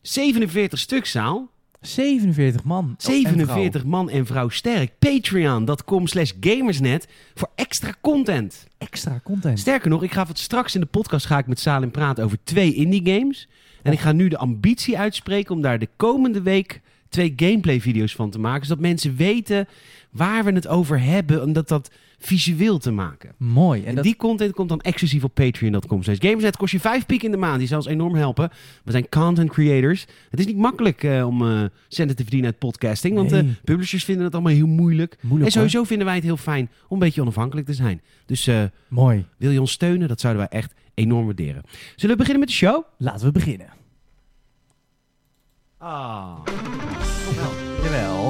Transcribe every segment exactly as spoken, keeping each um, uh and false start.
zevenenveertig stuk, Saal. zevenenveertig man. zevenenveertig en man en vrouw sterk. Patreon dot com slash gamersnet voor extra content. Extra content. Sterker nog, ik ga het straks in de podcast ga ik met Salim praten over twee indie games. En ik ga nu de ambitie uitspreken om daar de komende week twee gameplay video's van te maken. Zodat mensen weten waar we het over hebben. En dat dat visueel te maken. Mooi. En, En dat... die content komt dan exclusief op patreon dot com slash gamersnet. Kost je vijf piek in de maand. Die zal ons enorm helpen. We zijn content creators. Het is niet makkelijk uh, om uh, centen te verdienen uit podcasting. Want Nee. uh, publishers vinden het allemaal heel moeilijk. Moeilijk, en sowieso hoor. vinden wij het heel fijn om een beetje onafhankelijk te zijn. Dus uh, Mooi. wil je ons steunen? Dat zouden wij echt enorm waarderen. Zullen we beginnen met de show? Laten we beginnen. Ah. Jawel.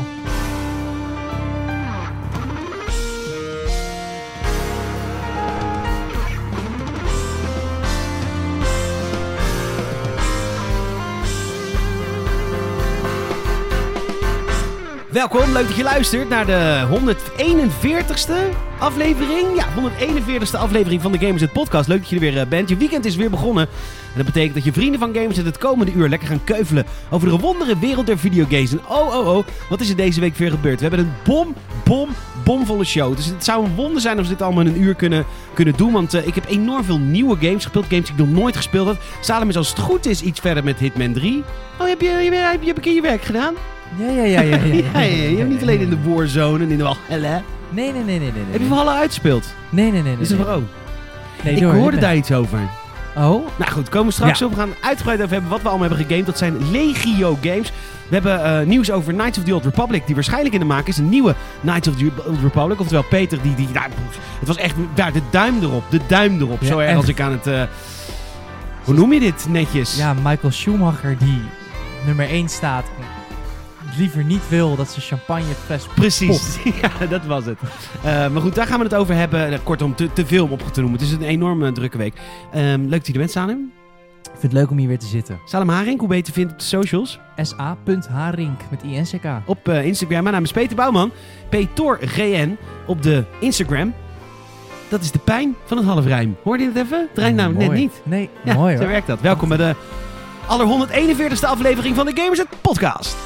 Welkom, leuk dat je luistert naar de honderdeenenveertigste aflevering. Ja, honderdeenenveertigste aflevering van de Gamersnet podcast. Leuk dat je er weer uh, bent. Je weekend is weer begonnen. En dat betekent dat je vrienden van Gamersnet het komende uur lekker gaan keuvelen over de wondere wereld der videogames. En oh, oh, oh, wat is er deze week weer gebeurd? We hebben een bom, bom, bomvolle show. Dus het zou een wonder zijn als we dit allemaal in een uur kunnen, kunnen doen. Want uh, ik heb enorm veel nieuwe games gespeeld. Games die ik nog nooit gespeeld heb. Salem is als het goed is iets verder met Hitman drie. Oh, heb je, heb je, heb je een keer je werk gedaan? Ja, ja, ja, ja. ja, ja, ja, ja, ja. Je hebt niet alleen in de Warzone en in de Valhalla. Nee, nee, nee, nee, nee. nee. Heb je Valhalla uitgespeeld? Nee, nee, nee. nee, Dus nee. van, oh. Nee, Ik door, hoorde ik daar ben- iets over. Oh? Nou goed, komen we straks Ja. op. We gaan uitgebreid over hebben wat we allemaal hebben gegamed. Dat zijn legio games. We hebben uh, nieuws over Knights of the Old Republic, die waarschijnlijk in de maak is. Een nieuwe Knights of the Old Republic. Oftewel Peter, die... die nou, het was echt... Daar, de duim erop. De duim erop. Ja, Zo erg echt. als ik aan het... Uh, hoe noem je dit netjes? Ja, Michael Schumacher die nummer één staat. Liever niet wil dat ze champagnefles Precies, ja, dat was het. Uh, maar goed, daar gaan we het over hebben. Uh, kortom, te, te veel om op te noemen. Het is een enorme drukke week. Um, leuk dat je er bent, Salim. Ik vind het leuk om hier weer te zitten. Salem Haring, hoe ben je te vinden op de socials? S A Harink met I N C K. Op uh, Instagram. Mijn naam is Peter Bouwman. PetorGN op de Instagram. Dat is de pijn van het halfrijm. Hoorde je het even? Het rijmt namelijk net Mooi. niet. Nee, Ja, mooi zo hoor. werkt dat. Welkom bij de aller honderdeenenveertigste aflevering van de Gamersnet podcast.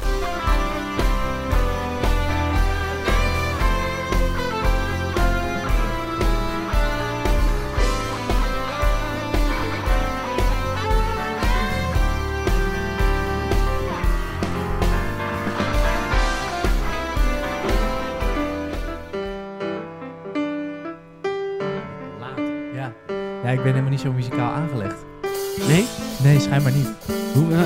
Ja. ja, ik ben helemaal niet zo muzikaal aangelegd. Nee? Nee, schijnbaar niet. Hoe, uh,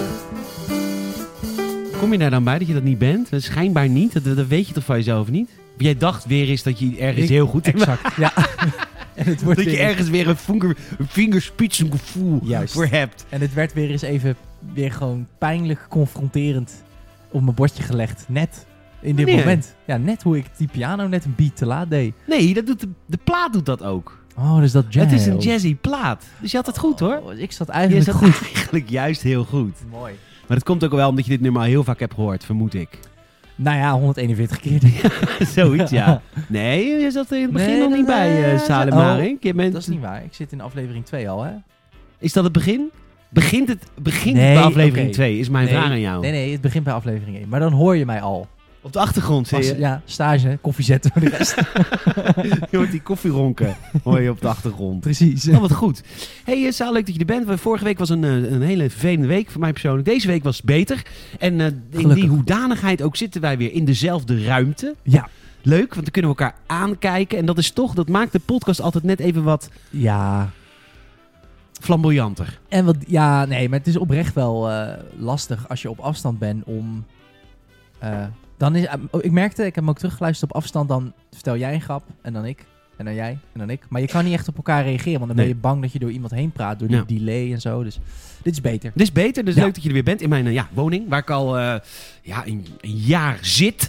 kom je daar dan bij dat je dat niet bent? Schijnbaar niet. Dat, dat weet je toch van jezelf niet? Jij dacht weer eens dat je ergens Ik- heel goed in bent. Exact, ja. En het wordt Dat je weer- ergens weer een, vinger, een vingerspitsengevoel Juist. voor hebt. En het werd weer eens even weer gewoon pijnlijk confronterend op mijn bordje gelegd. Net in dit Wanneer? moment. Ja, net hoe ik die piano net een beat te laat deed. Nee, dat doet de, de plaat doet dat ook. Oh, dus dat jazz. Het is een jazzy plaat. Dus je had het goed hoor. Oh, ik zat Je eigenlijk zat goed. eigenlijk juist heel goed. Mooi. Maar dat komt ook wel omdat je dit nummer al heel vaak hebt gehoord, vermoed ik. Nou ja, honderdeenenveertig keer. denk ik. Zoiets, ja. Nee, je zat er in het begin Nee, nog dat- niet bij, eh, uh, Salem oh, Haring. Je bent- Dat is niet waar. Ik zit in aflevering twee al, hè? Is dat het begin? Begint het, begint Nee, het bij aflevering oké. twee, is mijn nee, vraag aan jou. Nee, nee, het begint bij aflevering één. Maar dan hoor je mij al. Op de achtergrond zie Als, je. ja, stage, koffie zetten voor de rest. Je hoort die koffie ronken. Hoor je op de achtergrond. Precies. Oh, wat goed. Hey, uh, Saal, leuk dat je er bent. Vorige week was een, uh, een hele vervelende week voor mij persoonlijk. Deze week was het beter. En uh, in Gelukkig. die hoedanigheid ook zitten wij weer in dezelfde ruimte. Ja. Leuk, want dan kunnen we elkaar aankijken. En dat is toch, dat maakt de podcast altijd net even wat Ja. flamboyanter. En wat, ja, nee, maar het is oprecht wel uh, lastig als je op afstand bent om... Uh, dan is, uh, ik merkte, ik heb hem ook teruggeluisterd op afstand, dan vertel jij een grap en dan ik. En dan jij en dan ik. Maar je kan niet echt op elkaar reageren, want dan Nee. ben je bang dat je door iemand heen praat, door die Ja. delay en zo. Dus dit is beter. Dit is beter, dus Ja. leuk dat je er weer bent in mijn uh, ja, woning. Waar ik al uh, ja, een, een jaar zit.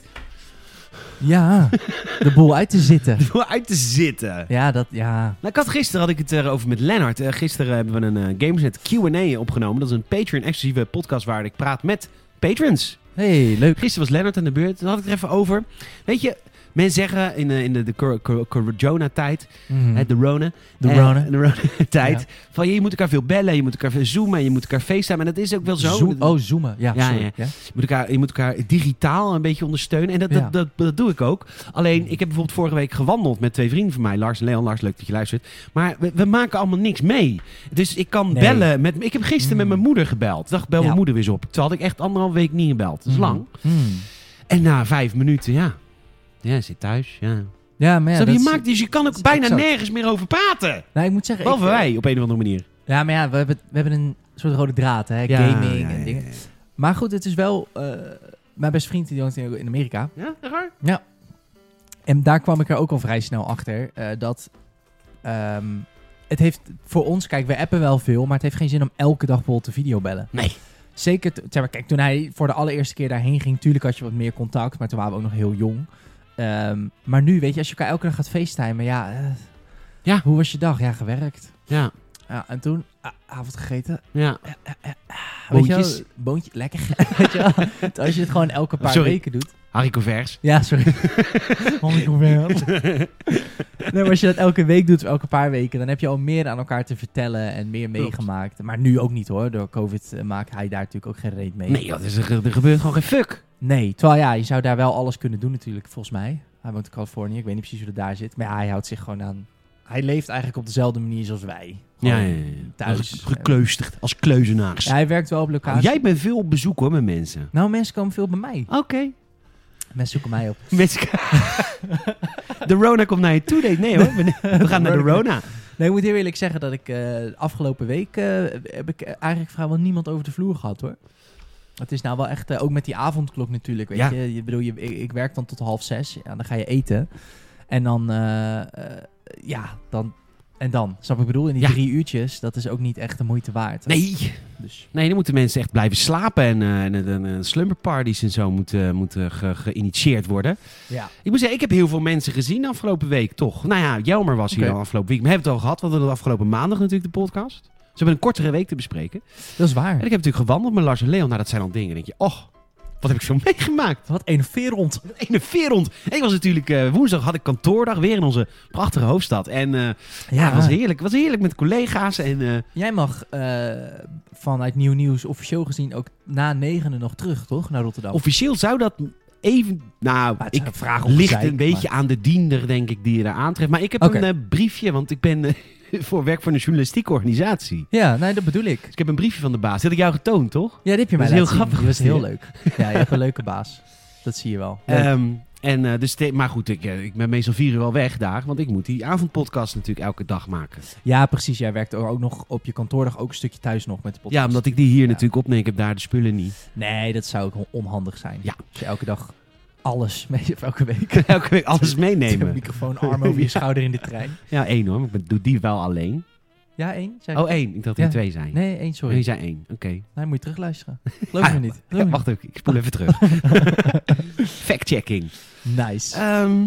Ja, de boel uit te zitten. Door uit te zitten. Ja, dat, ja. Nou, ik had, gisteren had ik het erover met Lennart. Uh, gisteren hebben we een uh, Gamersnet Q en A opgenomen. Dat is een Patreon-exclusieve podcast waar ik praat met patrons. Hey, leuk. Gisteren was Lennart aan de beurt. Daar had ik het er even over. Weet je, Men zeggen in, uh, in de, de cor- cor- corona-tijd, Mm. hè, de Rona, De eh, Rona. de Rona-tijd, Ja. van je moet elkaar veel bellen, je moet elkaar veel zoomen, je moet elkaar facetimen. En dat is ook wel zo. Zo- oh, zoomen. Ja, Ja, sorry. ja. Ja. Je moet elkaar, je moet elkaar digitaal een beetje ondersteunen. En dat, Ja. dat, dat, dat doe ik ook. Alleen, ik heb bijvoorbeeld vorige week gewandeld met twee vrienden van mij. Lars en Leon. Lars, leuk dat je luistert. Maar we, we maken allemaal niks mee. Dus ik kan Nee. bellen. Met, ik heb gisteren Mm. met mijn moeder gebeld. Ik dacht, bel Ja. mijn moeder weer eens op. Terwijl had ik echt anderhalf week niet gebeld. Dat is Mm. lang. Mm. En na vijf minuten, ja. Ja, zit thuis. Ja. Ja, maar ja, Snap je, dat je is- maakt, dus je kan ook dat is bijna exact. nergens meer over praten. Nou, ik moet zeggen... Behalve ik, wij, op een of andere manier. Ja, maar ja, we hebben, we hebben een soort rode draad, hè. Ja, Gaming ja, en ja, dingen. ja. Maar goed, het is wel... eh, mijn beste vriend die woont in Amerika. Ja, echt waar? En daar kwam ik er ook al vrij snel achter. eh, dat... ehm, het heeft voor ons... Kijk, we appen wel veel, maar het heeft geen zin om elke dag bijvoorbeeld te videobellen. Nee. Zeker, t- zeg maar, kijk, toen hij voor de allereerste keer daarheen ging, tuurlijk had je wat meer contact, maar toen waren we ook nog heel jong. Ehm, maar nu, weet je, als je elkaar elke dag gaat facetimen, ja, eh, Ja. hoe was je dag? Ja, gewerkt. Ja, Ja, en toen, ah, avond gegeten. ja. Weet je Boontjes. wel, boontje, lekker. Weet je wel? Terwijl als je het gewoon elke paar Sorry. weken doet. Haricot vers. Ja, sorry. Haricot vers. Nee, maar als je dat elke week doet, of elke paar weken, dan heb je al meer aan elkaar te vertellen en meer Klopt. meegemaakt. Maar nu ook niet hoor. Door COVID eh, maakt hij daar natuurlijk ook geen reet mee. Nee, dat is, er, er gebeurt gewoon geen fuck. Nee, terwijl ja, je zou daar wel alles kunnen doen natuurlijk, volgens mij. Hij woont in Californië, ik weet niet precies hoe het daar zit. Maar ja, hij houdt zich gewoon aan... Hij leeft eigenlijk op dezelfde manier zoals wij. Ja, Gewoon ja, ja. thuis. Als gekleusterd, als kleuzenaars. Ja, hij werkt wel op locatie. Oh, jij bent veel op bezoek hoor met mensen. Nou, mensen komen veel bij mij. Oké. Mensen zoeken mij op. Mensen... de Rona komt naar je toe. Nee, nee hoor. We we gaan naar de Rona. Nee, ik moet heel eerlijk zeggen dat ik uh, afgelopen week... Uh, heb ik eigenlijk vrijwel niemand over de vloer gehad hoor. Het is nou wel echt... Uh, ook met die avondklok natuurlijk, weet Ja. je. je bedoel, je, ik, ik werk dan tot half zes. Ja, dan ga je eten. En dan... Uh, uh, ja, dan... En dan, snap ik bedoel? In die Ja. drie uurtjes, dat is ook niet echt de moeite waard. Nee. Dus. Nee, dan moeten mensen echt blijven slapen. En, uh, en, en, en slumberparties en zo moeten, moeten ge, geïnitieerd worden. Ja. Ik moet zeggen, ik heb heel veel mensen gezien afgelopen week, toch? Nou ja, Jelmer was hier Oké. al afgelopen week. We hebben het al gehad. We hadden de afgelopen maandag natuurlijk de podcast. Dus we hebben een kortere week te bespreken. Dat is waar. En ik heb natuurlijk gewandeld met Lars en Leon. Nou, dat zijn al dingen. Dan denk je, oh, wat heb ik zo meegemaakt? Wat een veerrond. Ene veerrond. Ik was natuurlijk uh, woensdag had ik kantoordag weer in onze prachtige hoofdstad. En uh, ja, Ja, het was heerlijk. Het was heerlijk met collega's. En, uh, Jij mag uh, vanuit Nieuw Nieuws officieel gezien ook na negenen nog terug, toch? Naar Rotterdam. officieel zou dat even... Nou, Maar het ik is een vraag om ligt gezeik, een beetje maar- aan de diender, denk ik, die je daar aantreft. Maar ik heb Oké. een uh, briefje, want ik ben uh, voor werk voor een journalistieke organisatie. Ja, nee, dat bedoel ik. Dus ik heb een briefje van de baas. Die had ik jou getoond, toch? Ja, die heb je mij Dat is heel laten zien. grappig, Die was was heel die, leuk. Ja, je hebt een leuke baas. Dat zie je wel. Leuk. Ehm, en, uh, dus te- maar goed, ik, uh, ik ben meestal vier uur wel weg daar. Want ik moet die avondpodcast natuurlijk elke dag maken. Ja, precies. Jij werkt ook nog op je kantoordag ook een stukje thuis nog met de podcast. Ja, omdat ik die hier Ja. natuurlijk opneem. Ik heb daar de spullen niet. Nee, dat zou ook on- onhandig zijn. Ja. Als je elke dag alles mee of elke week. Elke week alles Een meenemen. microfoon, arm over je Ja. schouder in de trein. Ja, één hoor. Maar ik ben- doe die wel alleen. Ja, één. Zei ik. Oh, één. Ik dacht er Ja. twee zijn. Nee, één, Oh, sorry. je zei één. Oké. Nee, moet je terugluisteren. Geloof me niet. Geloof Ja, me wacht even. Ik spoel even terug. Fact-checking. niet. Nice. Ehm,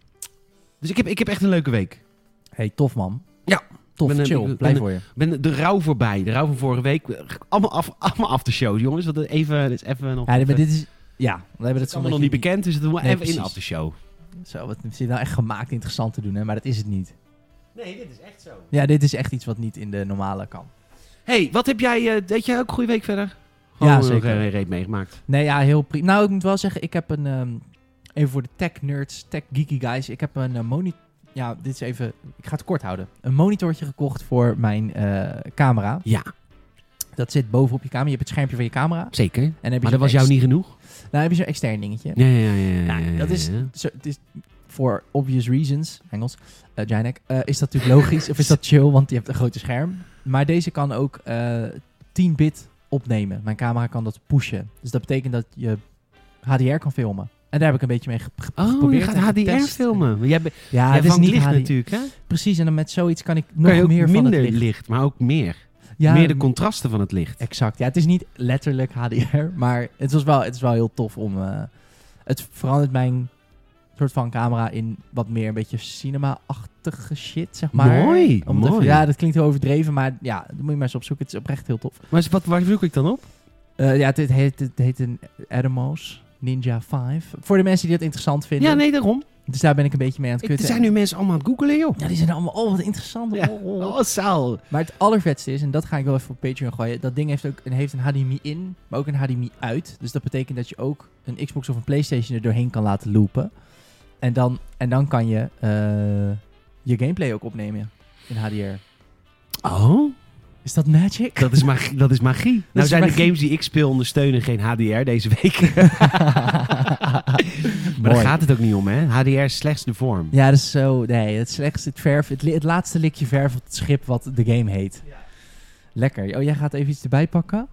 dus ik heb, ik heb echt een leuke week. Hey, tof man. Ja. Tof, Ben een- chill. ik Blij ben- voor je. Ik ben de rouw voorbij. De rouw van vorige week. Allemaal af, allemaal af de show, jongens. Want even, dit is even nog... Ja, maar even- dit is... Ja, we hebben het het is zo allemaal nog niet bekend, dus het doen we Nee, even in precies. af de show. Zo, wat zit nou echt gemaakt interessant te doen, hè? Maar dat is het niet. Nee, dit is echt zo. Ja, dit is echt iets wat niet in de normale kan. Hey, wat heb jij... Uh, deed jij ook een goede week verder? Ja, Gewoon zeker. nog een reet meegemaakt. Nee, ja, heel prima. Nou, ik moet wel zeggen, ik heb een... ehm, even voor de tech nerds, tech geeky guys. Ik heb een uh, monitor... Ja, dit is even... Ik ga het kort houden. Een monitortje gekocht voor mijn eh, camera. Ja, Dat zit bovenop je camera. Je hebt het schermpje van je camera. zeker. En dan heb je Maar zo'n dat was jou ex- niet genoeg? Dan heb je zo'n extern dingetje. Ja, ja, ja. ja, Nou, ja, dat ja, is, ja. zo, het is voor obvious reasons, Engels, uh, Janek, uh, is dat natuurlijk logisch. Of is dat chill, want je hebt een grote scherm. Maar deze kan ook uh, tien bit opnemen. Mijn camera kan dat pushen. Dus dat betekent dat je H D R kan filmen. En daar heb ik een beetje mee ge- ge- Oh, je geprobeerd. gaat en H D R getest. filmen. Maar jij, be- Ja, jij het is vangt niet licht H D R. natuurlijk, hè? Precies, en dan met zoiets kan ik Kan nog je ook meer van minder het licht. licht, maar ook meer. Ja, meer de contrasten van het licht. exact. Ja, het is niet letterlijk H D R, maar het, was wel, het is wel heel tof om... Uh, het verandert mijn soort van camera in wat meer een beetje cinema-achtige shit, zeg maar. Mooi, Om het mooi. even- ja, dat klinkt heel overdreven, maar ja, dat moet je maar eens opzoeken. Het is oprecht heel tof. Maar wat, waar zoek ik dan op? Uh, ja, het heet, het heet een Atomos Ninja vijf. Voor de mensen die dat interessant vinden. Ja, nee, daarom. Dus daar ben ik een beetje mee aan het Ik, kutten. er zijn nu mensen allemaal aan het googelen, joh. Ja, die zijn allemaal, oh wat interessant. Ja. Oh, oh. Oh, Saal. Maar het allervetste is, en dat ga ik wel even op Patreon gooien, dat ding heeft ook een, heeft een H D M I in, maar ook een H D M I uit. Dus dat betekent dat je ook een Xbox of een PlayStation er doorheen kan laten loopen. En dan, en dan kan je uh, je gameplay ook opnemen in H D R. Oh? Is dat magic? Dat is magie. Dat is magie. Dat nou is zijn magie. de games die ik speel ondersteunen geen H D R deze week. Maar daar gaat het ook niet om, hè? H D R is slechts de vorm. Ja, dat is zo. Nee, het slechts het verf, het, li- het laatste likje verf op het schip wat de game heet. Ja. Lekker. Oh, jij gaat even iets erbij pakken?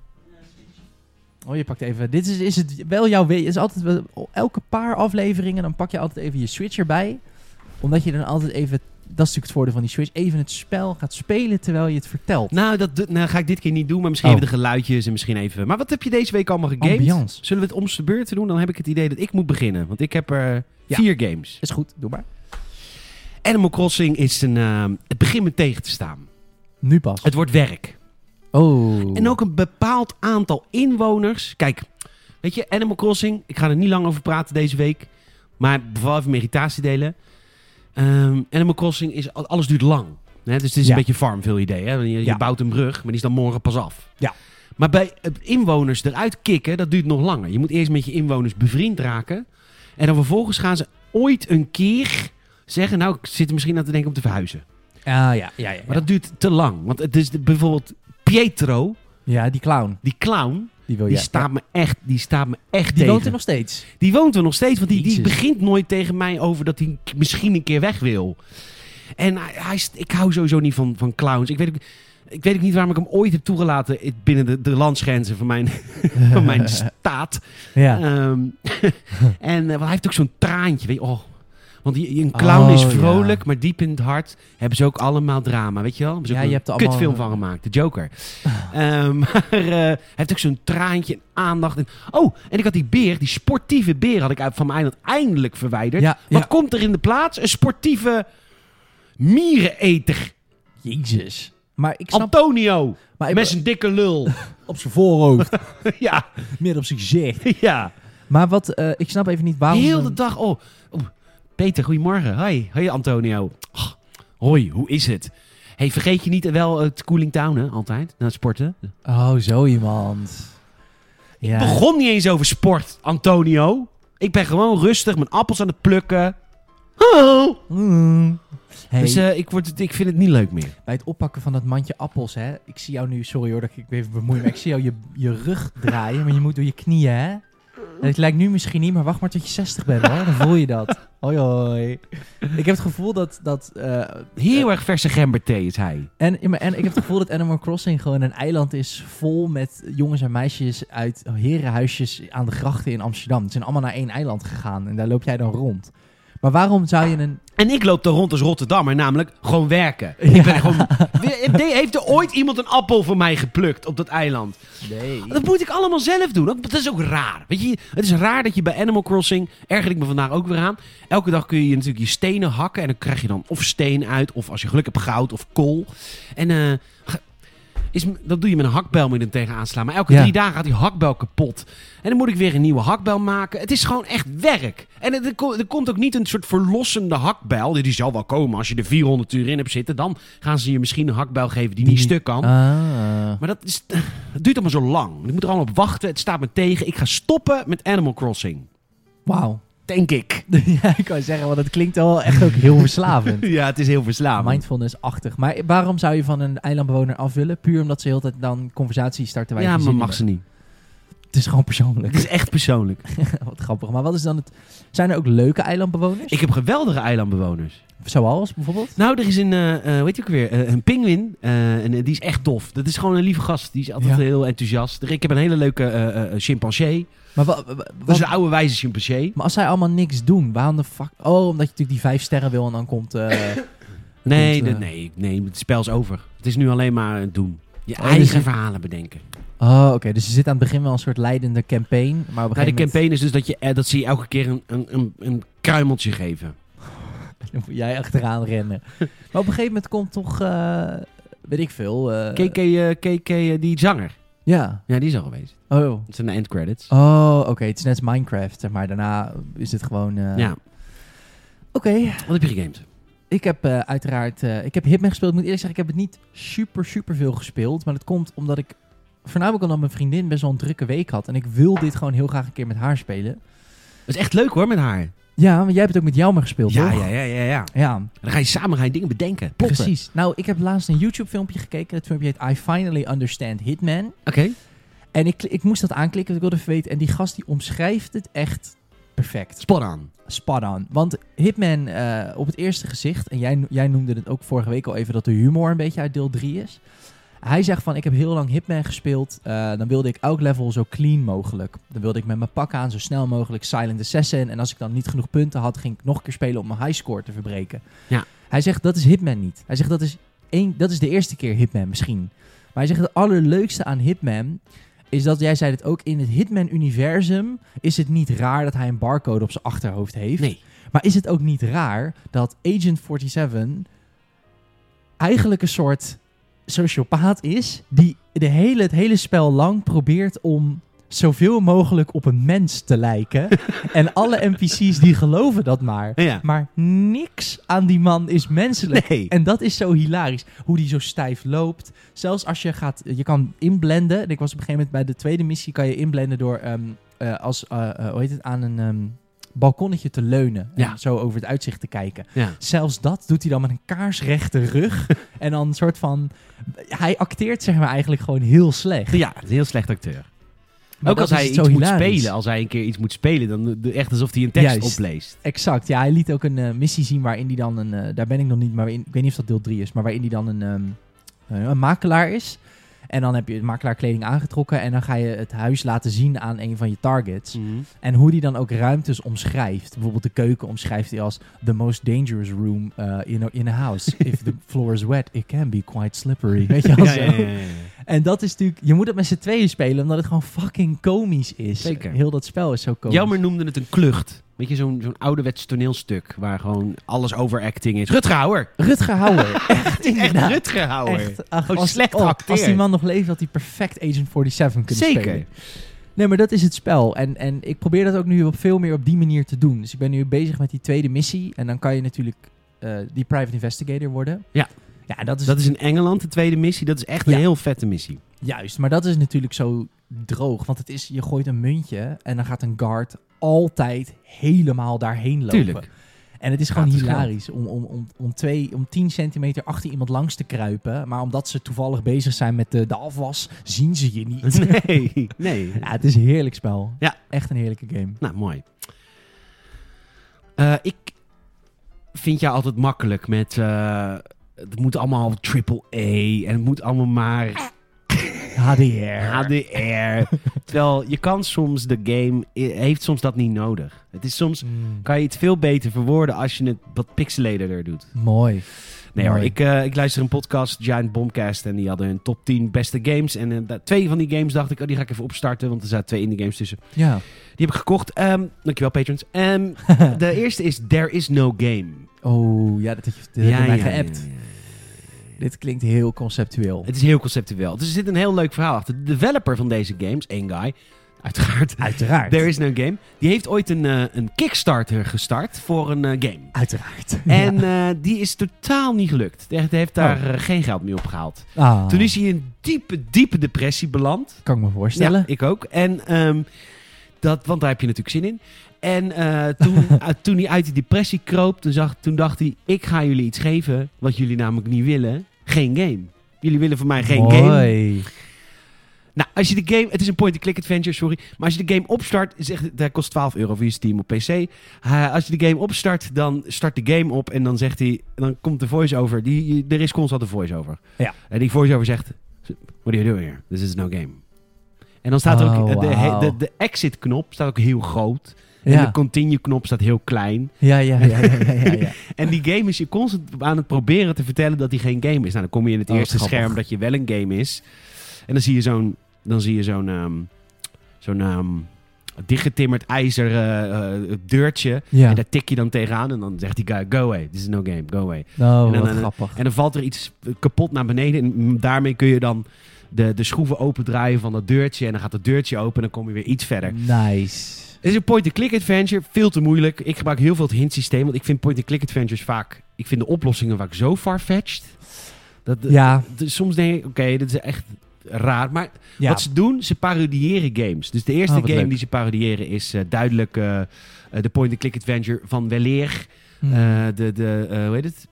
Oh, je pakt even. Dit is, is het wel jouw we- is altijd wel- elke paar afleveringen dan pak je altijd even je Switch erbij, omdat je dan altijd even. Dat is natuurlijk het voordeel van die Switch. Even het spel gaat spelen terwijl je het vertelt. Nou, dat doe- nou ga ik dit keer niet doen, maar misschien Oh. even de geluidjes en misschien even... Maar wat heb je deze week allemaal gegamed? Ambiance. Zullen we het om z'n beurten doen? Dan heb ik het idee dat ik moet beginnen. Want ik heb er Ja. vier games. Is goed, doe maar. Animal Crossing is een... Uh, het begint me tegen te staan. Nu pas. Het wordt werk. Oh. En ook een bepaald aantal inwoners. Kijk, weet je, Animal Crossing... Ik ga er niet lang over praten deze week. Maar vooral even mijn irritatie delen. Um, Animal Crossing is... Alles duurt lang. Hè? Dus het is Ja. een beetje Farmville idee. Hè? Je, je Ja. bouwt een brug, maar die is dan morgen pas af. Ja. Maar bij uh, inwoners eruit kicken, dat duurt nog langer. Je moet eerst met je inwoners bevriend raken. En dan vervolgens gaan ze ooit een keer zeggen... Nou, ik zit er misschien aan te denken om te verhuizen. Ah, ja, ja, ja. ja. Maar dat duurt te lang. Want het is de, bijvoorbeeld Pietro, Ja, die clown. die clown... Die wil Die je. staat me echt, die staat me echt Die tegen. woont er nog steeds. Die woont er nog steeds, want die, die Jezus. begint nooit tegen mij over dat hij k- misschien een keer weg wil. En hij, hij is- ik hou sowieso niet van, van clowns. Ik weet, ook, ik weet ook niet waarom ik hem ooit heb toegelaten binnen de, de landsgrenzen van mijn, van mijn staat. Ja. Ehm, en uh, want hij heeft ook zo'n traantje. Weet je, oh. Want die, een clown Oh, is vrolijk, ja. maar diep in het hart hebben ze ook allemaal drama. Weet je wel? Hebben ze Ja, ook je een hebt er allemaal- kutfilm van gemaakt, de Joker. Ehm, maar uh, hij heeft ook zo'n traantje en aandacht. En, oh, en ik had die beer, die sportieve beer had ik uit van mijn eiland eindelijk verwijderd. Ja, Wat ja. komt er in de plaats? Een sportieve miereneter. Jezus. Maar ik snap... Antonio. maar ik- Met zijn dikke lul. op zijn voorhoofd. ja, Midden op zijn gezicht. ja. Maar wat... eh, ik snap even niet waarom... Heel de dan- dag. Oh, oh, Peter, goedemorgen. Hoi, hoi Antonio. Oh, hoi, hoe is het? Hey, vergeet je niet wel het Cooling Town, hè? Altijd, na het sporten. Oh, zo iemand. Ja. Ik begon niet eens over sport, Antonio. Ik ben gewoon rustig mijn appels aan het plukken. Oh. Mm. Hey, Dus uh, ik, word het, ik vind het niet leuk meer. bij het oppakken van dat mandje appels, hè. Ik zie jou nu... Sorry hoor dat ik even bemoei, maar ik zie jou je, je rug draaien. Maar je moet door je knieën, hè. En het lijkt nu misschien niet, maar wacht maar tot je zestig bent, hoor. Dan voel je dat. Hoi, hoi. Ik heb het gevoel dat... dat uh, Heel erg verse gemberthee is hij. En, ja, maar- en ik heb het gevoel dat Animal Crossing gewoon een eiland is vol met jongens en meisjes uit herenhuisjes aan de grachten in Amsterdam. Ze zijn allemaal naar één eiland gegaan en daar loop jij dan rond. Maar waarom zou je een... En ik loop er rond als Rotterdammer, namelijk gewoon werken. Ja. Ik ben gewoon... Heeft er ooit iemand een appel voor mij geplukt op dat eiland? Nee. Dat moet ik allemaal zelf doen. Dat is ook raar. Weet je, het is raar dat je bij Animal Crossing, erger ik me vandaag ook weer aan, elke dag kun je natuurlijk je stenen hakken en dan krijg je dan of steen uit, of als je geluk hebt goud of kool. En eh, ge- is, dat doe je met een hakbel moet je er tegenaan slaan. Maar elke Ja. drie dagen gaat die hakbel kapot. En dan moet ik weer een nieuwe hakbel maken. Het is gewoon echt werk. En er, er, ko- er komt ook niet een soort verlossende hakbel. Die zal wel komen als je er vierhonderd uur in hebt zitten. Dan gaan ze je misschien een hakbel geven die niet stuk kan. Ah. Maar dat, is, het duurt allemaal zo lang. Ik moet er allemaal op wachten. Het staat me tegen. Ik ga stoppen met Animal Crossing. Wauw. Denk ik. Ja, ik wou zeggen, want het klinkt wel echt ook heel verslavend. Ja, het is heel verslavend. Mindfulness-achtig. Maar waarom zou je van een eilandbewoner af willen? Puur omdat ze de hele tijd dan conversatie starten waar je Ja, geen maar zin in mag hebt. ze niet. Het is gewoon persoonlijk. Het is echt persoonlijk. Wat grappig. Maar wat is dan het... Zijn er ook leuke eilandbewoners? Ik heb geweldige eilandbewoners. Zoals bijvoorbeeld? Nou, er is een, uh, uh, weet je ook weer, uh, een pinguïn. Uh, en uh, die is echt dof. Dat is gewoon een lieve gast. Die is altijd Ja. heel enthousiast. Ik heb een hele leuke uh, uh, chimpansee. Maar, wa- wa- wa- Dat is een oude wijze chimpansee. maar als zij allemaal niks doen, waarom de fuck... Oh, omdat je natuurlijk die vijf sterren wil en dan komt... eh, Nee, Komt, de- uh, nee, nee, het spel is over. Het is nu alleen maar het doen. Je Oh, eigen dus je- verhalen bedenken. Oh, oké. Dus je zit aan het begin wel een soort leidende campaign. Maar op een Nou, de gegeven moment... campaign is dus dat, je, eh, dat ze je elke keer een, een, een, een kruimeltje geven. Dan moet jij achteraan rennen. Maar op een gegeven moment komt toch... eh, weet ik veel... eh, K K, uh, K K uh, die zanger. Ja. Ja, die is al geweest. Oh. Dat zijn de endcredits. Oh, oké. Het is net als Minecraft, zeg maar. Daarna is het gewoon... eh, Ja. Oké. Okay. Wat heb je gegamed? Ik heb uh, uiteraard... Uh, ik heb Hitman gespeeld. Ik moet eerlijk zeggen, ik heb het niet super, super veel gespeeld. Maar dat komt omdat ik... Voornamelijk omdat mijn vriendin best wel een drukke week had. En ik wil dit gewoon heel graag een keer met haar spelen. Dat is echt leuk hoor, met haar. Ja, want jij hebt het ook met Jelmer gespeeld, ja, toch? Ja, ja, ja, ja. ja. En dan ga je samen ga je dingen bedenken. Plotten. Precies. Nou, ik heb laatst een YouTube-filmpje gekeken. Dat filmpje heet I Finally Understand Hitman. Oké. Okay. En ik, ik moest dat aanklikken, want ik wilde even weten. En die gast die omschrijft het echt perfect. Spot on. Spot on. Want Hitman uh, op het eerste gezicht, en jij, jij noemde het ook vorige week al even dat de humor een beetje uit deel drie is. Hij zegt van, ik heb heel lang Hitman gespeeld. Uh, dan wilde ik elk level zo clean mogelijk. Dan wilde ik met mijn pak aan zo snel mogelijk Silent Assassin. En als ik dan niet genoeg punten had, ging ik nog een keer spelen om mijn highscore te verbreken. Ja. Hij zegt, dat is Hitman niet. Hij zegt, dat is, één, dat is de eerste keer Hitman misschien. Maar hij zegt, het allerleukste aan Hitman is dat, jij zei het ook, in het Hitman-universum is het niet raar dat hij een barcode op zijn achterhoofd heeft. Nee. Maar is het ook niet raar dat Agent zevenenveertig eigenlijk een soort sociopaat is, die de hele, het hele spel lang probeert om zoveel mogelijk op een mens te lijken. En alle N P C's die geloven dat maar. Ja. Maar niks aan die man is menselijk. Nee. En dat is zo hilarisch. Hoe die zo stijf loopt. Zelfs als je gaat... Je kan inblenden. Ik was op een gegeven moment bij de tweede missie, kan je inblenden door um, uh, als, uh, uh, hoe heet het, aan een um, balkonnetje te leunen. Ja. En zo over het uitzicht te kijken. Ja. Zelfs dat doet hij dan met een kaarsrechte rug. En dan een soort van... Hij acteert zeg maar eigenlijk gewoon heel slecht. Ja, een heel slecht acteur. Maar ook als hij iets moet spelen, als hij een keer iets moet spelen, dan de, echt alsof hij een tekst Juist. opleest. Exact, ja, hij liet ook een uh, missie zien waarin hij dan een, uh, daar ben ik nog niet, maar in, ik weet niet of dat deel drie is, maar waarin hij dan een, um, uh, een makelaar is. En dan heb je makelaarkleding aangetrokken en dan ga je het huis laten zien aan een van je targets. Mm-hmm. En hoe die dan ook ruimtes omschrijft. Bijvoorbeeld de keuken omschrijft hij als the most dangerous room uh, in, a, in a house. If the floor is wet, it can be quite slippery. Weet je wel zo? Ja, ja, ja, ja. En dat is natuurlijk... Je moet het met z'n tweeën spelen, omdat het gewoon fucking komisch is. Zeker. Heel dat spel is zo komisch. Jelmer noemde het een klucht. Weet je, zo'n, zo'n ouderwets toneelstuk waar gewoon alles overacting is. Rutger Hauer. Rutger Hauer. Echt, Echt Rutger Hauer. Echt, ach, Gewoon als, slecht oh, geacteerd. als die man nog leeft, had hij perfect Agent zevenenveertig kunnen Zeker. spelen. Nee, maar dat is het spel. En, en ik probeer dat ook nu op veel meer op die manier te doen. Dus ik ben nu bezig met die tweede missie. En dan kan je natuurlijk uh, die private investigator worden. Ja. Ja, dat is, Dat is in Engeland, de tweede missie. Dat is echt een Ja. heel vette missie. Juist, maar dat is natuurlijk zo droog. Want het is, je gooit een muntje en dan gaat een guard altijd helemaal daarheen lopen. Tuurlijk. En het is gewoon Gratis hilarisch om, om, om, om, twee, om tien centimeter achter iemand langs te kruipen. Maar omdat ze toevallig bezig zijn met de, de afwas, zien ze je niet. Nee, nee. Ja, het is een heerlijk spel. Ja. Echt een heerlijke game. Nou, mooi. Uh, ik vind jou altijd makkelijk met... Uh, het moet allemaal triple A en het moet allemaal maar... H D R. H D R. Terwijl je kan soms de game... heeft soms dat niet nodig. Het is soms... Mm. kan je het veel beter verwoorden als je het wat pixelater doet. Mooi. Nee hoor, Mooi. ik, uh, ik luister een podcast, Giant Bombcast, en die hadden hun top tien beste games. En uh, da- twee van die games dacht ik, oh, die ga ik even opstarten, want er zaten twee indie games tussen. Ja. Die heb ik gekocht. Um, dankjewel, patrons. Um, de eerste is There Is No Game. Oh, ja, dat heb je, dat heb je mij geappt. ja, ja. Dit klinkt heel conceptueel. Het is heel conceptueel. Dus er zit een heel leuk verhaal achter. De developer van deze games, één guy, uiteraard. Uiteraard. There Is No Game. Die heeft ooit een, uh, een Kickstarter gestart voor een uh, game. Uiteraard. En Ja. uh, die is totaal niet gelukt. Hij heeft daar Oh. uh, geen geld mee opgehaald. Ah, Toen is hij in diepe, diepe depressie beland. kan ik me voorstellen. Ja, ik ook. En, um, dat, want daar heb je natuurlijk zin in. En uh, toen, uh, toen hij uit die depressie kroop, toen, zag, toen dacht hij... ik ga jullie iets geven wat jullie namelijk niet willen. Geen game. Jullie willen van mij geen Mooi. game. Nou, als je de game... Het is een point-and-click adventure, sorry. Maar als je de game opstart... Is echt, dat kost twaalf euro via Steam op P C. Uh, als je de game opstart, dan start de game op... en dan zegt hij... Dan komt de voice-over. Die, er is constant een voice-over. Ja. En die voice-over zegt... What are you doing here? This is no game. En dan staat er ook... Oh, De, wauw. de, de exit-knop staat ook heel groot. En Ja. de continue-knop staat heel klein. Ja, ja, ja, ja, ja, ja, ja. En die game is je constant aan het proberen te vertellen dat die geen game is. Nou, dan kom je in het Oh, eerste grappig. scherm dat je wel een game is. En dan zie je zo'n... Dan zie je zo'n... Um, zo'n... Um, dichtgetimmerd ijzer uh, uh, deurtje. Ja. En daar tik je dan tegenaan. En dan zegt die guy, go away. This is no game. Go away. Oh, En dan- wat en- grappig. En dan valt er iets kapot naar beneden. En daarmee kun je dan de, de schroeven opendraaien van dat deurtje. En dan gaat dat deurtje open en dan kom je weer iets verder. Nice. Het is een point-and-click adventure, veel te moeilijk. Ik gebruik heel veel het hint systeem, want ik vind point-and-click adventures vaak... Ik vind de oplossingen vaak zo far-fetched. Dat, Ja. dat, soms denk ik, oké, okay, dit is echt raar. Maar Ja. wat ze doen, ze parodiëren games. Dus de eerste Oh, wat game leuk. die ze parodiëren is uh, duidelijk uh, uh, de point-and-click adventure van weleer. Hmm. Uh, de, de uh, hoe heet het?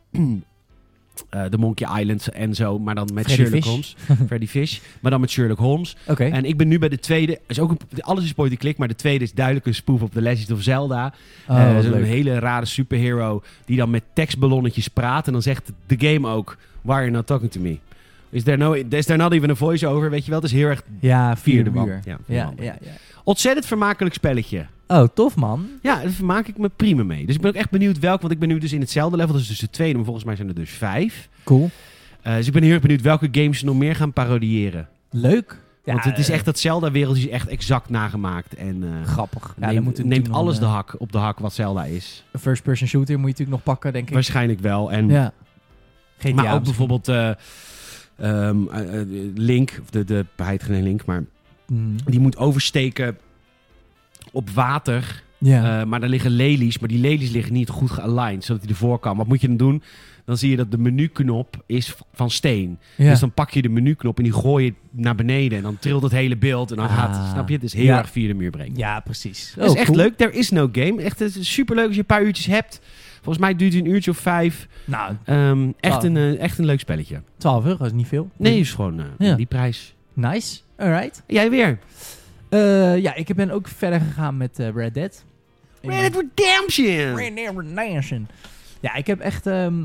Uh, de Monkey Island en zo, maar dan met Freddy Sherlock Fish. Holmes. Freddy Fish, maar dan met Sherlock Holmes. Oké. Okay. En ik ben nu bij de tweede. Is ook een, alles is point-and-click, maar de tweede is duidelijk een spoof op The Legend of Zelda. Oh, uh, wat Zo'n leuk. hele rare superhero die dan met tekstballonnetjes praat. En dan zegt de game ook, why are you not talking to me? Is there, no, is there not even a voice-over? Weet je wel, het is heel erg Ja, vierde vierde muur. wand. Ja, vierde Ja, wand. ja, ja. Ontzettend vermakelijk spelletje. Oh, tof man. Ja, daar vermaak ik me prima mee. Dus ik ben ook echt benieuwd welk, want ik ben nu dus in hetzelfde level. Dat is dus de tweede, maar volgens mij zijn er dus vijf. Cool. Uh, dus ik ben heel erg benieuwd welke games ze nog meer gaan parodiëren. Leuk. Ja, Want het is eh, echt dat Zelda-wereld is echt exact nagemaakt. En uh, grappig. Ja, neemt, dan moet het neemt natuurlijk alles nog de een, hak op de hak wat Zelda is. Een first-person shooter moet je natuurlijk nog pakken, denk ik. Waarschijnlijk wel. En, Ja. G T A maar ook misschien. bijvoorbeeld uh, um, uh, uh, Link, of de, de, hij heet geen Link, maar Mm. die moet oversteken op water. Ja. Uh, maar daar liggen lelies, maar die lelies liggen niet goed gealigned, zodat hij ervoor kan. Wat moet je dan doen? Dan zie je dat de menuknop is van steen. ja. Dus dan pak je de menuknop en die gooi je naar beneden. En dan trilt het hele beeld en dan Ah. gaat het, snap je? Het is heel Ja. erg via de muur brengen. Ja, precies. Het is Oh, echt cool. leuk. There is no game. Echt het is superleuk als je een paar uurtjes hebt. Volgens mij duurt het een uurtje of vijf. Nou, Um, echt, Twaalf. een, uh, echt een leuk spelletje. twaalf euro is niet veel. Nee, is gewoon uh, Ja. die prijs. Nice. Alright. Jij weer? Uh, ja, ik ben ook verder gegaan met uh, Red Dead. Red Dead Redemption! Red Dead Redemption. Ja, ik heb echt... Um,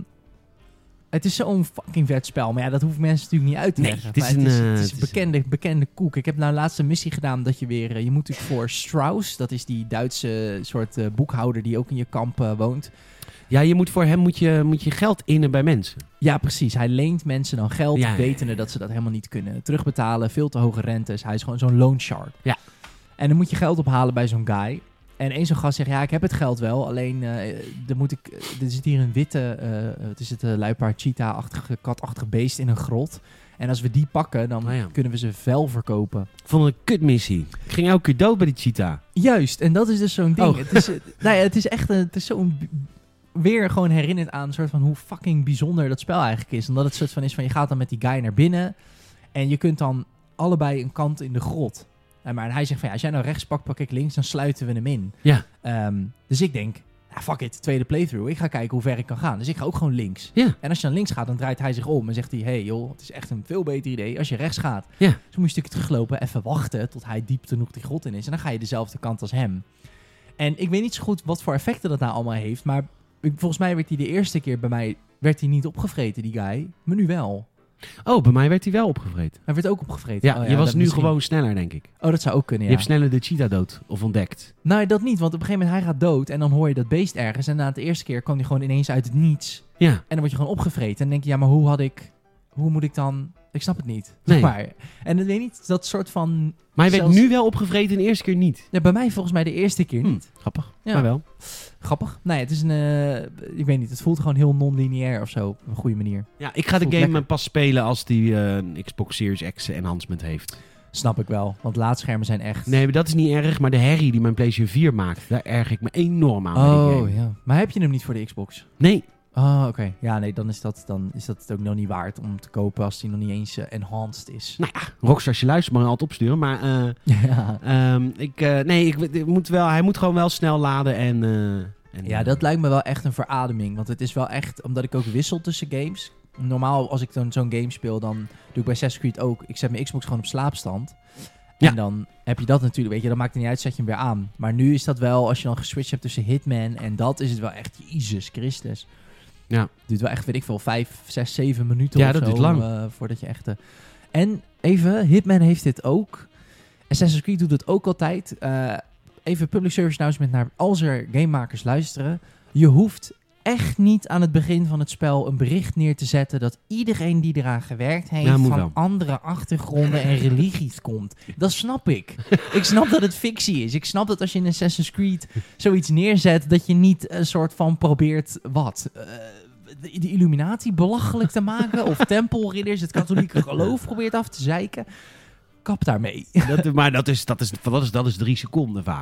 het is zo'n fucking vet spel. Maar ja, dat hoeven mensen natuurlijk niet uit te Nee, leggen. het is Maar het een, is, uh, het is het een is bekende, bekende koek. Ik heb nou laatst een missie gedaan dat je weer... Uh, je moet natuurlijk voor Strauss, dat is die Duitse soort uh, boekhouder die ook in je kamp uh, woont. Ja, je moet voor hem moet je, moet je geld innen bij mensen. Ja, precies. Hij leent mensen dan geld, Ja, ja, wetende ja. dat ze dat helemaal niet kunnen terugbetalen. Veel te hoge rentes. Hij is gewoon zo'n loan shark. Ja. En dan moet je geld ophalen bij zo'n guy. En één zo'n gast zegt, ja, ik heb het geld wel. Alleen, uh, er, moet ik, er zit hier een witte, uh, het is het uh, luipaard, cheetah-achtige, katachtige beest in een grot. En als we die pakken, dan Oh ja. kunnen we ze vel verkopen. Ik vond het een kutmissie. Ik ging elke keer dood bij die cheetah. Juist, en dat is dus zo'n ding. Oh. Het is, uh, nou ja, het is echt een, het is zo'n... weer gewoon herinnerd aan een soort van hoe fucking bijzonder dat spel eigenlijk is. Omdat het soort van is van je gaat dan met die guy naar binnen en je kunt dan allebei een kant in de grot. En maar hij zegt van ja, als jij nou rechts pakt, pak ik links, dan sluiten we hem in. Ja. Um, dus ik denk, ja, fuck it, tweede playthrough. Ik ga kijken hoe ver ik kan gaan. Dus ik ga ook gewoon links. Ja. En als je dan links gaat, dan draait hij zich om en zegt hij, hey joh, het is echt een veel beter idee als je rechts gaat. Ja. Dus dan moet je een stukje teruglopen, even wachten tot hij diep genoeg die grot in is. En dan ga je dezelfde kant als hem. En ik weet niet zo goed wat voor effecten dat nou allemaal heeft, maar ik, volgens mij werd hij de eerste keer bij mij werd hij niet opgevreten, die guy. Maar nu wel. Oh, bij mij werd hij wel opgevreten. Hij werd ook opgevreten. Ja, Oh, je was dat nu misschien. gewoon sneller, denk ik. Oh, dat zou ook kunnen, Je ja. hebt sneller de cheetah dood of ontdekt. Nou, dat niet, want op een gegeven moment hij gaat dood en dan hoor je dat beest ergens. En na de eerste keer kwam hij gewoon ineens uit het niets. Ja. En dan word je gewoon opgevreten. En dan denk je, ja, maar hoe had ik... Hoe moet ik dan... Ik snap het niet. Nee. Maar, en dat weet niet, dat soort van... Maar hij werd zelfs- nu wel opgevreten en de eerste keer niet. Ja, bij mij volgens mij de eerste keer Hm, niet. grappig. Ja. Maar wel. Grappig. Nee, het is een... eh, ik weet niet, het voelt gewoon heel non-lineair of zo. Op een goede manier. Ja, ik ga de Voelt game lekker. pas spelen als die uh, een Xbox Series X enhancement heeft. Snap ik wel. Want laadschermen zijn echt... Nee, maar dat is niet erg. Maar de herrie die mijn PlayStation vier maakt, daar erg ik me enorm aan bij die Oh, game. ja. Maar heb je hem niet voor de Xbox? Nee. Oh, oké. Ja, nee, dan is, dat, dan is dat het ook nog niet waard om te kopen als die nog niet eens uh, enhanced is. Nou ja, Rockstar, als je luistert, mag je altijd opsturen. Maar uh, Ja. um, ik, uh, nee, ik, ik moet wel, hij moet gewoon wel snel laden en... Uh, en Ja, dat lijkt me wel echt een verademing. Want het is wel echt, omdat ik ook wissel tussen games. Normaal, als ik dan zo'n game speel, dan doe ik bij Assassin's Creed ook. Ik zet mijn Xbox gewoon op slaapstand. Ja. En dan heb je dat natuurlijk, weet je, dan maakt het niet uit, zet je hem weer aan. Maar nu is dat wel, als je dan geswitcht hebt tussen Hitman en dat, is het wel echt, Jezus Christus. Ja. Duurt wel echt, weet ik veel, vijf, zes, zeven minuten Ja, of dat zo. duurt lang. Uh, voordat je echt... Uh... En even, Hitman heeft dit ook. Assassin's Creed doet het ook altijd. Uh, even public service announcement naar als er gamemakers luisteren. Je hoeft echt niet aan het begin van het spel een bericht neer te zetten dat iedereen die eraan gewerkt heeft Ja, moet van wel. andere achtergronden en religies komt. Dat snap ik. Ik snap dat het fictie is. Ik snap dat als je in Assassin's Creed zoiets neerzet, dat je niet een soort van probeert, wat... Uh, de, de Illuminati belachelijk te maken of tempelridders, het katholieke geloof probeert af te zeiken. Kap daarmee. Dat, maar dat is, dat, is, dat, is, dat is drie seconden vaak.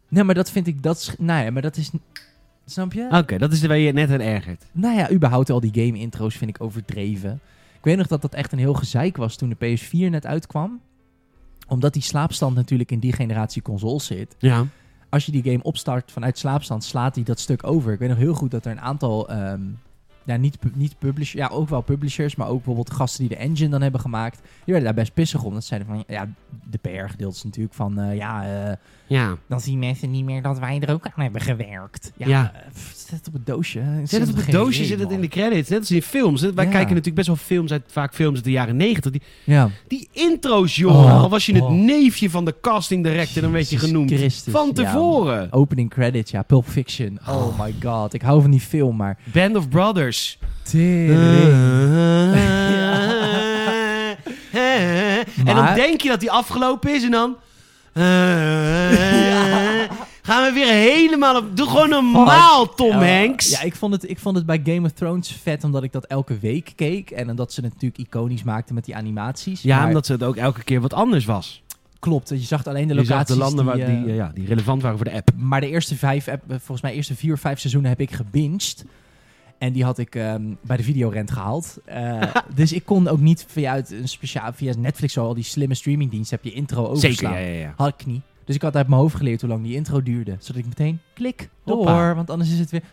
Nee, maar dat vind ik... Dat is, nou ja, maar dat is... Snap je? Oké, okay, dat is waar je net aan ergert. Nou ja, überhaupt al die game-intro's vind ik overdreven. Ik weet nog dat dat echt een heel gezeik was toen de P S vier net uitkwam. Omdat die slaapstand natuurlijk in die generatie consoles zit. Ja. Als je die game opstart vanuit slaapstand, slaat hij dat stuk over. Ik weet nog heel goed dat er een aantal... Um, ja, niet, niet publishers... Ja, ook wel publishers, maar ook bijvoorbeeld gasten die de engine dan hebben gemaakt. Die werden daar best pissig om. Dat zeiden van... Ja, de P R-gedeelte is natuurlijk van... Uh, ja, uh, ja, dan zien mensen niet meer dat wij er ook aan hebben gewerkt. Ja, ja. Uh, zet het op het doosje. Zet het op het doosje, zet het in de credits. Net als in films. Wij ja. kijken natuurlijk best wel films uit, vaak films uit de jaren negentig. Die, ja. die intro's, jongen. Oh, Al was je het oh. neefje van de casting director, dan werd je Jezus genoemd. Christus, van tevoren. Ja, opening credits, ja. Pulp Fiction. Oh, oh my god. Ik hou van die film, maar... Band of Brothers. En dan denk je dat die afgelopen is en dan... ja. Gaan we weer helemaal op... Doe gewoon normaal, Tom ja, Hanks. Ja, ik vond, het, ik vond het bij Game of Thrones vet, omdat ik dat elke week keek. En omdat ze het natuurlijk iconisch maakten met die animaties. Ja, maar... omdat het ook elke keer wat anders was. Klopt, je zag alleen de je locaties zag de landen die, waar, uh... die, ja, die relevant waren voor de app. Maar de eerste vijf, volgens mij eerste vier of vijf seizoenen heb ik gebinged. En die had ik um, bij de videorent gehaald. Uh, dus ik kon ook niet via, een speciaal, via Netflix zo al die slimme streamingdiensten heb je intro overslaan. Zeker, ja, ja, ja. Had ik niet. Dus ik had uit mijn hoofd geleerd hoe lang die intro duurde. Zodat ik meteen klik door. Hoppa. Want anders is het weer...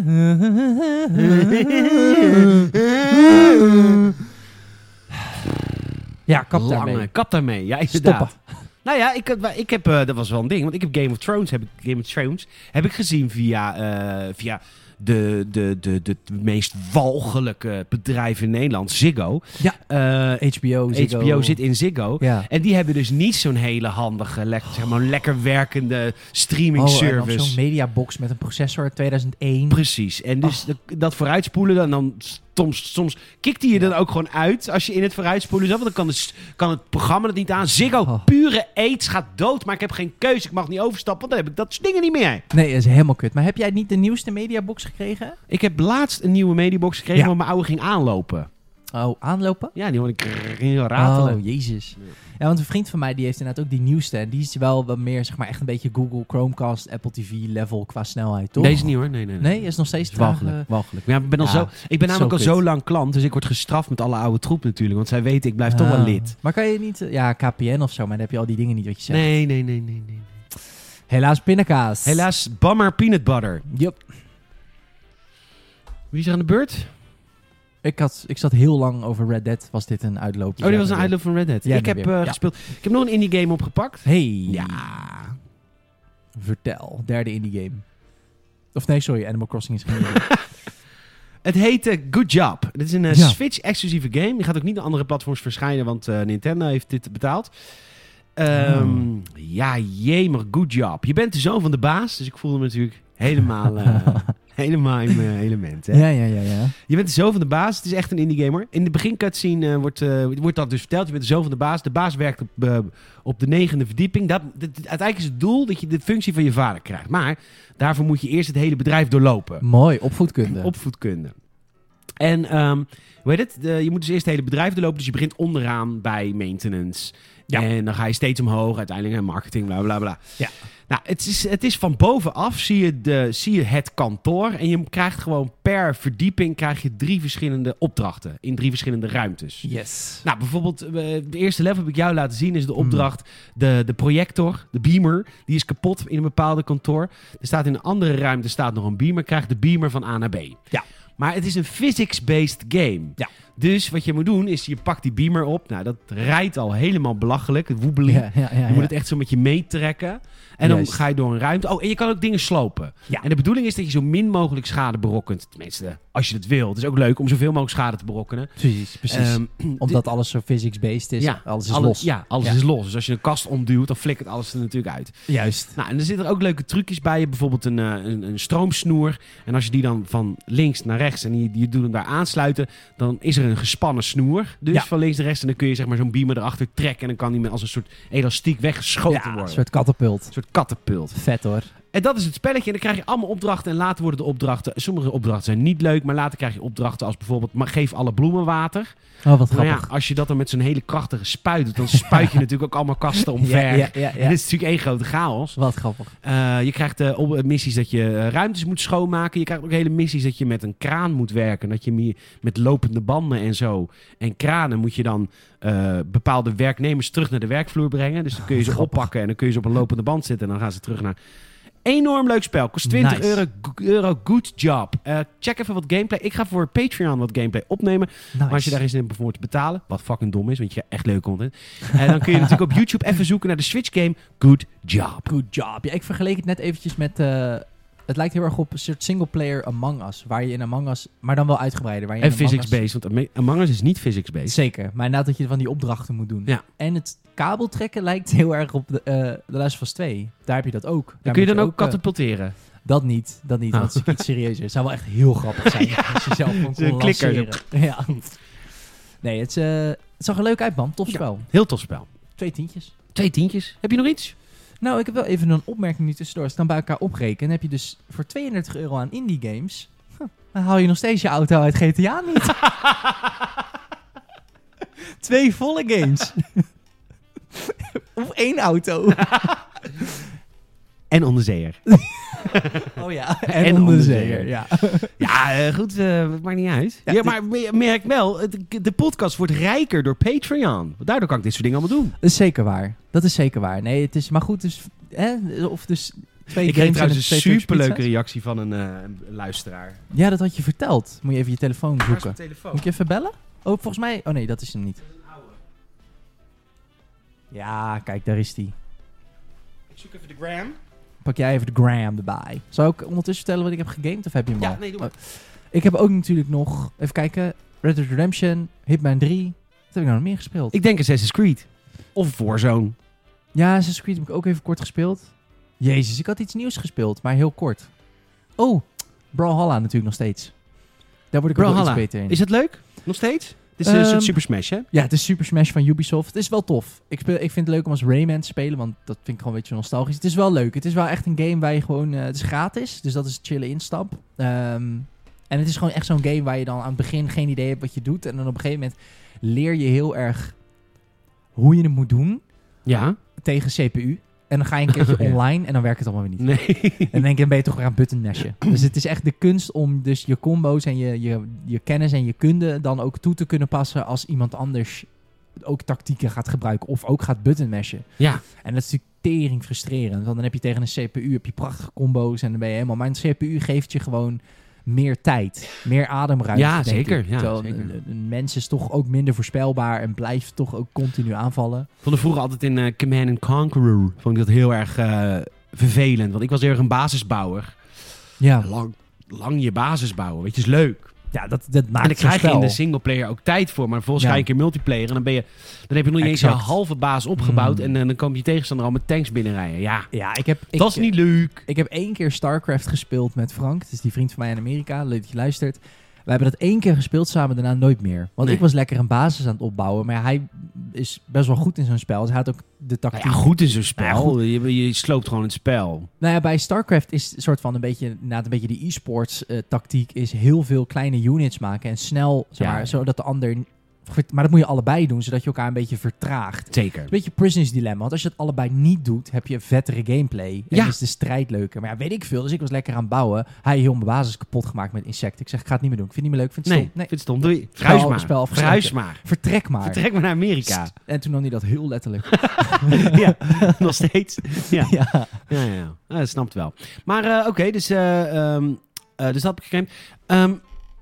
Ja, kap daarmee. Lange, kap daarmee. Ja, inderdaad. Stoppen. Nou ja, ik, ik heb, uh, dat was wel een ding. Want ik heb Game of Thrones, heb ik, Game of Thrones, heb ik gezien via... Uh, via De, de, de, de, de meest walgelijke bedrijf in Nederland, Ziggo. Ja, uh, H B O, Ziggo. H B O zit in Ziggo. Ja. En die hebben dus niet zo'n hele handige, lekker, zeg maar, lekker werkende streaming service. Oh, en zo'n mediabox met een processor uit tweeduizend één. Precies. En dus oh. dat vooruitspoelen, dan, dan soms, soms kikt hij je ja. dan ook gewoon uit als je in het vooruitspoelen zat. Want dan kan, de, kan het programma het niet aan. Ziggo, oh. pure aids, gaat dood, maar ik heb geen keuze. Ik mag niet overstappen, want dan heb ik dat soort dingen niet meer. Nee, dat is helemaal kut. Maar heb jij niet de nieuwste mediabox gekregen? Ik heb laatst een nieuwe mediabox gekregen, ja. want mijn oude ging aanlopen. Oh, aanlopen? Ja, die hoorde ik heel ratelen. Oh, jezus. Ja. ja, want een vriend van mij die heeft inderdaad ook die nieuwste. En die is wel wat meer, zeg maar, echt een beetje Google Chromecast, Apple T V level qua snelheid, toch? Deze niet hoor, nee, nee. Nee, nee is nog steeds walgelijk. Uh... walgelijk. Ja, ik ben, al ja, zo, ik ben namelijk al kut. zo lang klant, dus ik word gestraft met alle oude troep natuurlijk. Want zij weten, ik blijf ah. toch wel lid. Maar kan je niet, ja, K P N of zo, maar dan heb je al die dingen niet wat je zegt. Nee, nee, nee, nee, nee. Helaas pindakaas. Helaas bammer peanut butter. Yep. Wie is er aan de beurt? Ik, had, ik zat heel lang over Red Dead. Was dit een uitloop? Oh, dit was een uitloop van Red Dead. Ik heb uh, ja. gespeeld. Ik heb nog een indie game opgepakt. Hey. Ja. Vertel. Derde indie game. Of nee, sorry. Animal Crossing is geen Het heet uh, Good Job. Dit is een uh, ja. Switch-exclusieve game. Die gaat ook niet op andere platforms verschijnen, want uh, Nintendo heeft dit betaald. Um, oh. Ja, jemig, Good Job. Je bent de zoon van de baas, dus ik voelde me natuurlijk helemaal... Uh, Helemaal in mijn element. Hè? Ja, ja, ja, ja. Je bent de zoon van de baas. Het is echt een indie gamer. In de begincutscene uh, wordt, uh, wordt dat dus verteld. Je bent de zoon van de baas. De baas werkt op, uh, op de negende verdieping. Dat, dat, uiteindelijk is het doel dat je de functie van je vader krijgt. Maar daarvoor moet je eerst het hele bedrijf doorlopen. Mooi, opvoedkunde. Opvoedkunde. En um, hoe heet het? De, je moet dus eerst het hele bedrijf doorlopen. Dus je begint onderaan bij maintenance. Ja. En dan ga je steeds omhoog. Uiteindelijk naar marketing, bla bla bla. Ja. Nou, het is, het is van bovenaf zie je, de, zie je het kantoor. En je krijgt gewoon per verdieping krijg je drie verschillende opdrachten. In drie verschillende ruimtes. Yes. Nou, bijvoorbeeld, de eerste level heb ik jou laten zien. Is de opdracht, hmm. de, de projector, de beamer. Die is kapot in een bepaalde kantoor. Er staat in een andere ruimte staat nog een beamer. Krijgt de beamer van A naar B. Ja. Maar het is een physics-based game. Ja. Dus wat je moet doen is, je pakt die beamer op. Nou, dat rijdt al helemaal belachelijk. Het woebeling. Ja, ja, ja, je moet ja. het echt zo met je meetrekken. En dan Juist. ga je door een ruimte. Oh, en je kan ook dingen slopen. Ja. En de bedoeling is dat je zo min mogelijk schade berokkent. Tenminste, als je het wil. Het is ook leuk om zoveel mogelijk schade te berokkenen. Precies, precies. Um, Omdat alles zo physics-based is. Ja, alles is alles, los. Ja, alles ja. is los. Dus als je een kast omduwt, dan flikkert alles er natuurlijk uit. Juist. Nou, en er zitten ook leuke trucjes bij je. Bijvoorbeeld een, een, een stroomsnoer. En als je die dan van links naar rechts en je, je doet hem daar aansluiten, dan is er een gespannen snoer. Dus ja. van links naar rechts. En dan kun je zeg maar zo'n beamer erachter trekken. En dan kan die met als een soort elastiek weggeschoten ja, worden. Een soort katapult. Een soort katapult. Vet hoor. En dat is het spelletje. En dan krijg je allemaal opdrachten. En later worden de opdrachten... Sommige opdrachten zijn niet leuk. Maar later krijg je opdrachten als bijvoorbeeld... Maar geef alle bloemen water. Oh, wat Nou grappig. ja, als je dat dan met zo'n hele krachtige spuit doet... Dan spuit je natuurlijk ook allemaal kasten omver. Ja, ja, ja, ja. En het is natuurlijk één grote chaos. Wat grappig. Uh, je krijgt uh, op, missies dat je uh, ruimtes moet schoonmaken. Je krijgt ook hele missies dat je met een kraan moet werken. Dat je meer met lopende banden en zo. En kranen moet je dan uh, bepaalde werknemers terug naar de werkvloer brengen. Dus dan kun je ze Grappig. oppakken en dan kun je ze op een lopende band zetten. En dan gaan ze terug naar... Enorm leuk spel. Kost twintig Nice. euro, euro. Good job. Uh, check even wat gameplay. Ik ga voor Patreon wat gameplay opnemen. Nice. Maar als je daar geen zin hebt voor te betalen, wat fucking dom is, want je krijgt echt leuke content. En dan kun je natuurlijk op YouTube even zoeken naar de Switch game Good Job. Good job. Ja, ik vergeleek het net eventjes met... Uh, het lijkt heel erg op een soort singleplayer Among Us. Waar je in Among Us... Maar dan wel uitgebreider. Waar je En in Among Us- physics-based, want Among Us is niet physics-based. Zeker. Maar inderdaad dat je van die opdrachten moet doen. Ja. En het kabeltrekken lijkt heel erg op de, uh, de Last of Us twee. Daar heb je dat ook. Daar Dan kun je moet dan ook ook... uh, katapulteren. dat niet. Dat niet. Oh. Want het is iets serieuzer. Het zou wel echt heel grappig zijn. Als je zelf gewoon Zo'n kon klikker. lanceren. Ja. Nee, het, uh, het zag er leuk uit, man. Tof Ja. spel. Heel tof spel. Twee tientjes. Twee tientjes. Heb je nog iets? Nou, ik heb wel even een opmerking nu tussendoor. Als ik dan bij elkaar oprekenen, dan heb je dus voor tweeëndertig euro aan indie games. Huh, dan haal je nog steeds je auto uit G T A niet. Twee volle games. Of één auto. En onderzeeër. Oh ja, En en, onderzeeër. onderzeeër. Ja. Ja, uh, goed. Uh, het maakt niet uit. Ja, Ja, maar me- merk wel, het- de podcast wordt rijker door Patreon. Daardoor kan ik dit soort dingen allemaal doen. Dat is zeker waar. Dat is zeker waar. Nee, het is maar goed. Dus, hè, of dus twee Ik kreeg games en trouwens een twee superleuke pizza's. reactie van een, uh, een luisteraar. Ja, dat had je verteld. Moet je even je telefoon Waar is zoeken. mijn telefoon? Moet je even bellen? Oh, volgens mij... Oh nee, dat is hem niet. Ja, kijk, daar is die. Ik zoek even de gram. Pak jij even de gram erbij. Zou ik ondertussen vertellen wat ik heb gegamed of heb je hem Ja, al? nee, doe maar. Oh. Ik heb ook natuurlijk nog... Even kijken. Red Dead Redemption, Hitman drie. Wat heb ik nou nog meer gespeeld? Ik denk Assassin's Creed. Of Warzone. Ja, Assassin's Creed heb ik ook even kort gespeeld. Jezus, ik had iets nieuws gespeeld, maar heel kort. Oh, Brawlhalla natuurlijk nog steeds. Daar word ik ook wel iets Brawlhalla. beter in. Is het leuk? Nog steeds? Het is een Ehm, soort Super Smash, hè? Ja, het is Super Smash van Ubisoft. Het is wel tof. Ik, speel, ik vind het leuk om als Rayman te spelen, want dat vind ik gewoon een beetje nostalgisch. Het is wel leuk. Het is wel echt een game waar je gewoon... Uh, het is gratis, dus dat is een chille instap. Um, en het is gewoon echt zo'n game waar je dan aan het begin geen idee hebt wat je doet. En dan op een gegeven moment leer je heel erg hoe je het moet doen Ja. tegen C P U. En dan ga je een keertje Ja. online en dan werkt het allemaal weer niet. Nee. En dan denk je, dan ben je toch weer aan button mashen. Dus het is echt de kunst om dus je combo's en je, je, je kennis en je kunde dan ook toe te kunnen passen als iemand anders ook tactieken gaat gebruiken of ook gaat button mashen. Ja. En dat is natuurlijk tering frustrerend, want dan heb je tegen een C P U heb je prachtige combo's en dan ben je helemaal... Maar een C P U geeft je gewoon meer tijd, meer ademruimte. Ja, denk zeker. ik. Ja, Terwijl zeker. Een, een mens is toch ook minder voorspelbaar en blijft toch ook continu aanvallen. Ik vond het vroeger altijd in uh, Command and Conqueror. Vond ik dat heel erg uh, vervelend. Want ik was heel erg een basisbouwer. Ja, Lang, lang je basis bouwen. Weet je, is leuk. ja dat, dat maakt En dan zo'n krijg je in spel. de singleplayer ook tijd voor. Maar vervolgens Ja. ga je een keer multiplayer. En dan, ben je, dan heb je nog niet eens je Exact. halve basis opgebouwd. Mm. En uh, dan komt je tegenstander al met tanks binnenrijden. Ja, Ja, ik heb... Ik, dat is niet leuk. Ik heb één keer StarCraft gespeeld met Frank. Het is die vriend van mij in Amerika. Leuk dat je luistert. We hebben dat één keer gespeeld samen, daarna nooit meer. Want Nee. ik was lekker een basis aan het opbouwen. Maar hij is best wel goed in zo'n spel. Dus hij had ook de tactiek. Nou ja, goed in zo'n Ja, spel. goed. je, je sloopt gewoon het spel. Nou ja, bij StarCraft is een soort van een beetje, inderdaad een beetje de e-sports eh, tactiek. Is heel veel kleine units maken. En snel, zeg Ja. maar, zodat de ander... Maar dat moet je allebei doen, zodat je elkaar een beetje vertraagt. Zeker. Een beetje Prisoner's Dilemma. Want als je het allebei niet doet, heb je vettere gameplay. En Ja. is de strijd leuker. Maar ja, weet ik veel. Dus ik was lekker aan het bouwen. Hij heel mijn basis kapot gemaakt met insecten. Ik zeg, ik ga het niet meer doen. Ik vind het niet meer leuk. Ik vind het Nee, stom. Nee, ik vind het stom. Doei. Verhuis Spel- maar. spel afgesloten. Verhuis maar. vertrek maar. Vertrek maar naar Amerika. En toen nam hij dat heel letterlijk. Ja, nog steeds. Ja. ja. Ja, ja, ja. Ah, dat snapt wel. Maar uh, oké, okay, dus, uh, um, uh, dus dat heb ik gekregen. Um,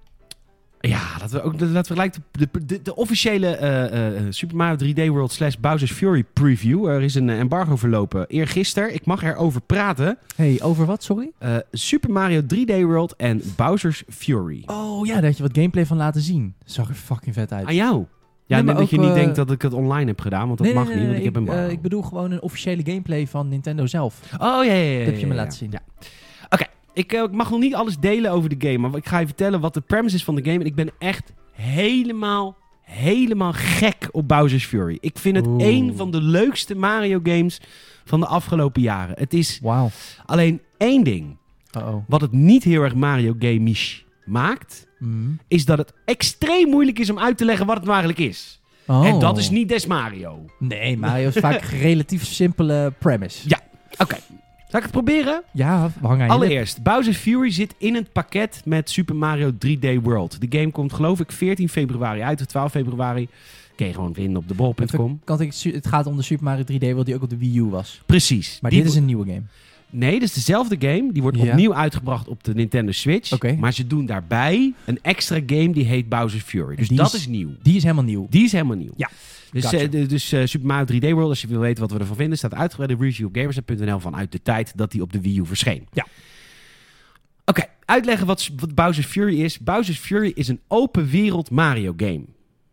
ja, laten we, ook, laten we gelijk de, de, de, de officiële uh, uh, Super Mario drie D World slash Bowser's Fury preview. Er is een uh, embargo verlopen eergisteren. Ik mag erover praten. Hey, over wat, sorry? Uh, Super Mario drie D World en Bowser's Fury. Oh ja, daar had je wat gameplay van laten zien. Dat zag er fucking vet uit. Aan jou. Ja, Nee, net maar dat je ook, niet uh, denkt dat ik het online heb gedaan, want dat nee, mag nee, niet, nee, want ik heb ik, embargo. uh, ik bedoel gewoon een officiële gameplay van Nintendo zelf. Oh, ja, ja, ja. Dat heb je me ja, laten zien. Ja. Oké, okay. ik, uh, ik mag nog niet alles delen over de game, maar ik ga je vertellen wat de premise is van de game. En ik ben echt helemaal, helemaal gek op Bowser's Fury. Ik vind het Oeh. een van de leukste Mario games van de afgelopen jaren. Het is Wauw. alleen, één ding. Uh-oh. Wat het niet heel erg Mario game-ish maakt, Mm. is dat het extreem moeilijk is om uit te leggen wat het nou eigenlijk is. Oh. En dat is niet des Mario. Nee, Mario is vaak een relatief simpele premise. Ja. Oké. Okay. Zal ik het proberen? Ja, we hangen aan je lip. Allereerst, Bowser's Fury zit in het pakket met Super Mario drie D World. De game komt geloof ik veertien februari uit, of twaalf februari. Kun je gewoon vinden op de bol punt com. Kan ik, het gaat om de Super Mario drie D World die ook op de Wii U was. Precies. Maar Die dit is een nieuwe game. Nee, dit is dezelfde game. Die wordt Ja. opnieuw uitgebracht op de Nintendo Switch. Oké. Maar ze doen daarbij een extra game die heet Bowser's Fury. Dus die dat is- is nieuw. Die is helemaal nieuw. Die is helemaal nieuw. Ja, Dus, gotcha. eh, de- dus eh, Super Mario drie D World, als je wil weten wat we ervan vinden, staat uitgebreide review op gamersnet punt n l vanuit de tijd dat die op de Wii U verscheen. Ja. Oké, uitleggen wat, wat Bowser's Fury is. Bowser's Fury is een open wereld Mario game.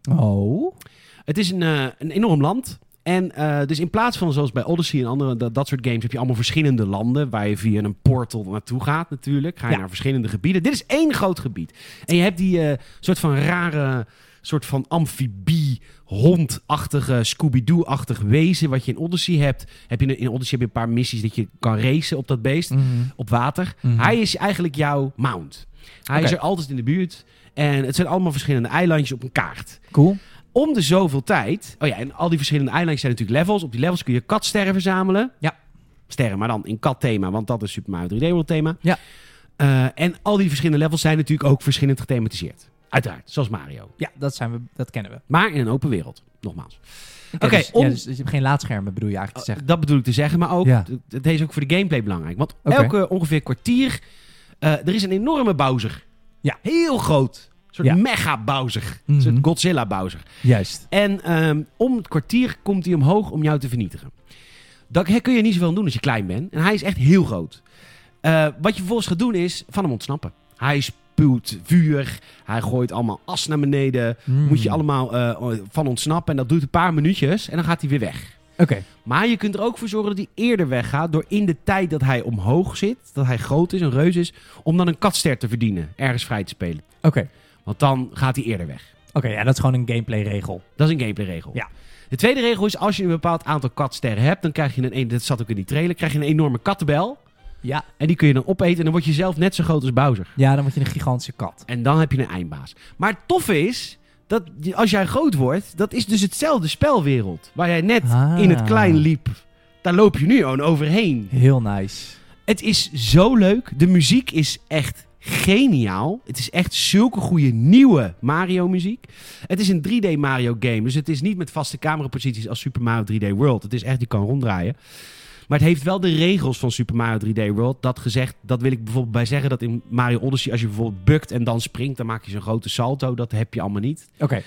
Oh. Het is een, eh, een enorm land. En eh, dus in plaats van zoals bij Odyssey en andere dat, dat soort games heb je allemaal verschillende landen waar je via een portal naartoe gaat natuurlijk. Ga je Ja. naar verschillende gebieden. Dit is één groot gebied. En je hebt die eh, soort van rare, soort van amfibie, hondachtige, Scooby-Doo-achtig wezen wat je in Odyssey hebt. Heb je, in Odyssey heb je een paar missies dat je kan racen op dat beest, Mhm. op water. Mhm. Hij is eigenlijk jouw mount. Hij Oké. is er altijd in de buurt. En het zijn allemaal verschillende eilandjes op een kaart. Cool. Om de zoveel tijd... Oh ja, en al die verschillende eilandjes zijn natuurlijk levels. Op die levels kun je katsterren verzamelen. Ja. Sterren, maar dan in katthema, want dat is Super Mario drie D World thema. Ja. Uh, en al die verschillende levels zijn natuurlijk ook verschillend gethematiseerd. Uiteraard, zoals Mario. Ja, dat, zijn we, dat kennen we. Maar in een open wereld, nogmaals. Oké, Oké, dus, om- ja, dus je hebt geen laadschermen, bedoel je eigenlijk te zeggen. Dat bedoel ik te zeggen, maar ook, Ja. het- het is ook voor de gameplay belangrijk. Want Oké. elke ongeveer kwartier, uh, er is een enorme Bowser. Ja. Heel groot. Een soort Ja. mega Bowser. Mhm. Een soort Godzilla Bowser. Juist. En um, om het kwartier komt hij omhoog om jou te vernietigen. Daar kun je niet zoveel aan doen als je klein bent. En hij is echt heel groot. Uh, wat je vervolgens gaat doen is van hem ontsnappen. Hij spuwt vuur. Hij gooit allemaal as naar beneden. Mm. Moet je allemaal uh, van ontsnappen. En dat duurt een paar minuutjes. En dan gaat hij weer weg. Oké. Maar je kunt er ook voor zorgen dat hij eerder weggaat. Door in de tijd dat hij omhoog zit. Dat hij groot is, een reus is. Om dan een katster te verdienen. Ergens vrij te spelen. Oké. Want dan gaat hij eerder weg. Oké, ja, dat is gewoon een gameplay regel. Dat is een gameplay regel. Ja. De tweede regel is, als je een bepaald aantal katsterren hebt, dan krijg je een, dat zat ook in die trailer, krijg je een enorme kattenbel. Ja. En die kun je dan opeten en dan word je zelf net zo groot als Bowser. Ja, dan word je een gigantische kat. En dan heb je een eindbaas. Maar het toffe is, dat je- als jij groot wordt, dat is dus hetzelfde spelwereld. Waar jij net Ah. in het klein liep, daar loop je nu gewoon overheen. Heel nice. Het is zo leuk. De muziek is echt geniaal. Het is echt zulke goede nieuwe Mario muziek. Het is een drie D Mario game. Dus het is niet met vaste cameraposities als Super Mario drie D World. Het is echt, je kan ronddraaien. Maar het heeft wel de regels van Super Mario drie D World. Dat gezegd, dat wil ik bijvoorbeeld bij zeggen. Dat in Mario Odyssey, als je bijvoorbeeld bukt en dan springt, dan maak je zo'n grote salto. Dat heb je allemaal niet. Oké.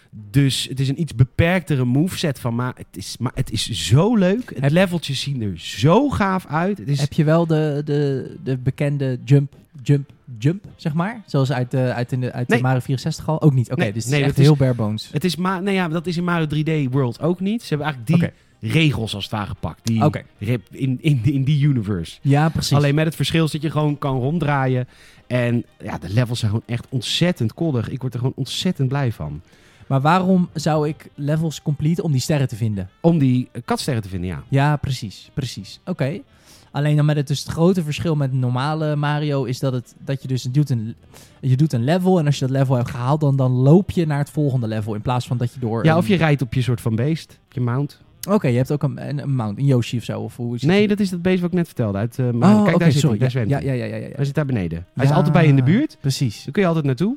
Dus het is een iets beperktere moveset van, maar het is, maar het is zo leuk. Het Heb- leveltjes zien er zo gaaf uit. Het is, Heb je wel de, de, de bekende jump, jump, jump, zeg maar? Zoals uit de, uit in de, uit Nee. de Mario vierenzestig al? Ook niet. Oké, Nee, dus het nee, is echt het is- heel bare bones. Het is maar, nee ja, dat is in Mario drie D World ook niet. Ze hebben eigenlijk die Oké. regels als het ware gepakt. Die Oké. rep- in, in, in die universe. Ja, precies. Alleen met het verschil is dat je gewoon kan ronddraaien. En ja, de levels zijn gewoon echt ontzettend koddig. Ik word er gewoon ontzettend blij van. Maar waarom zou ik levels complete om die sterren te vinden? Om die eh, katsterren te vinden, ja. Ja, precies. Precies. Oké. Alleen dan met het, dus het grote verschil met normale Mario is dat, het, dat je dus doet een, je doet een level. En als je dat level hebt gehaald, dan, dan loop je naar het volgende level. In plaats van dat je door... Ja, een- of je rijdt op je soort van beest. Op je mount. Oké, je hebt ook een, een, een mount, een Yoshi of zo. Of hoe zit Nee, het? dat is dat beest wat ik net vertelde. Uit, uh, Mario. Oh, Kijk, oké, daar zit sorry. hij. Daar Ja, zwemt ja, hij. ja, ja, ja, ja. Hij zit daar beneden. Hij Ja, is altijd bij je in de buurt. Precies. Dan kun je altijd naartoe.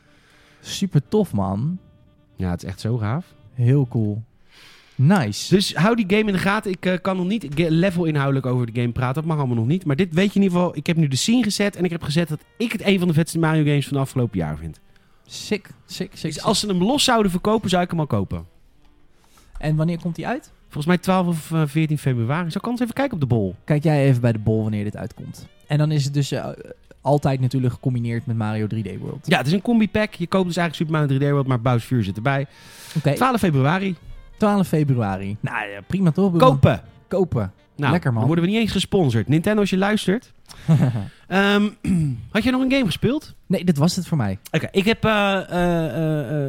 Super tof, man. Ja, het is echt zo gaaf. Heel cool. Nice. Dus hou die game in de gaten. Ik uh, kan nog niet ge- level inhoudelijk over de game praten. Dat mag allemaal nog niet. Maar dit weet je in ieder geval. Ik heb nu de scene gezet. En ik heb gezet dat ik het een van de vetste Mario games van de afgelopen jaar vind. Sick, sick, sick. Dus sick. als ze hem los zouden verkopen, zou ik hem al kopen. En wanneer komt die uit? Volgens mij twaalf of uh, veertien februari. Zal ik anders even kijken op de bol? Kijk jij even bij de bol wanneer dit uitkomt. En dan is het dus uh, altijd natuurlijk gecombineerd met Mario drie D World. Ja, het is een combi-pack. Je koopt dus eigenlijk Super Mario drie D World, maar Bowser's Fury zit erbij. Oké, twaalf februari. twaalf februari. Nou ja, prima toch? Kopen! Kopen. Nou, Lekker, man. dan worden we niet eens gesponsord. Nintendo, als je luistert. Ehm, had jij nog een game gespeeld? Nee, dit was het voor mij. Oké, ik heb uh, uh, uh, uh,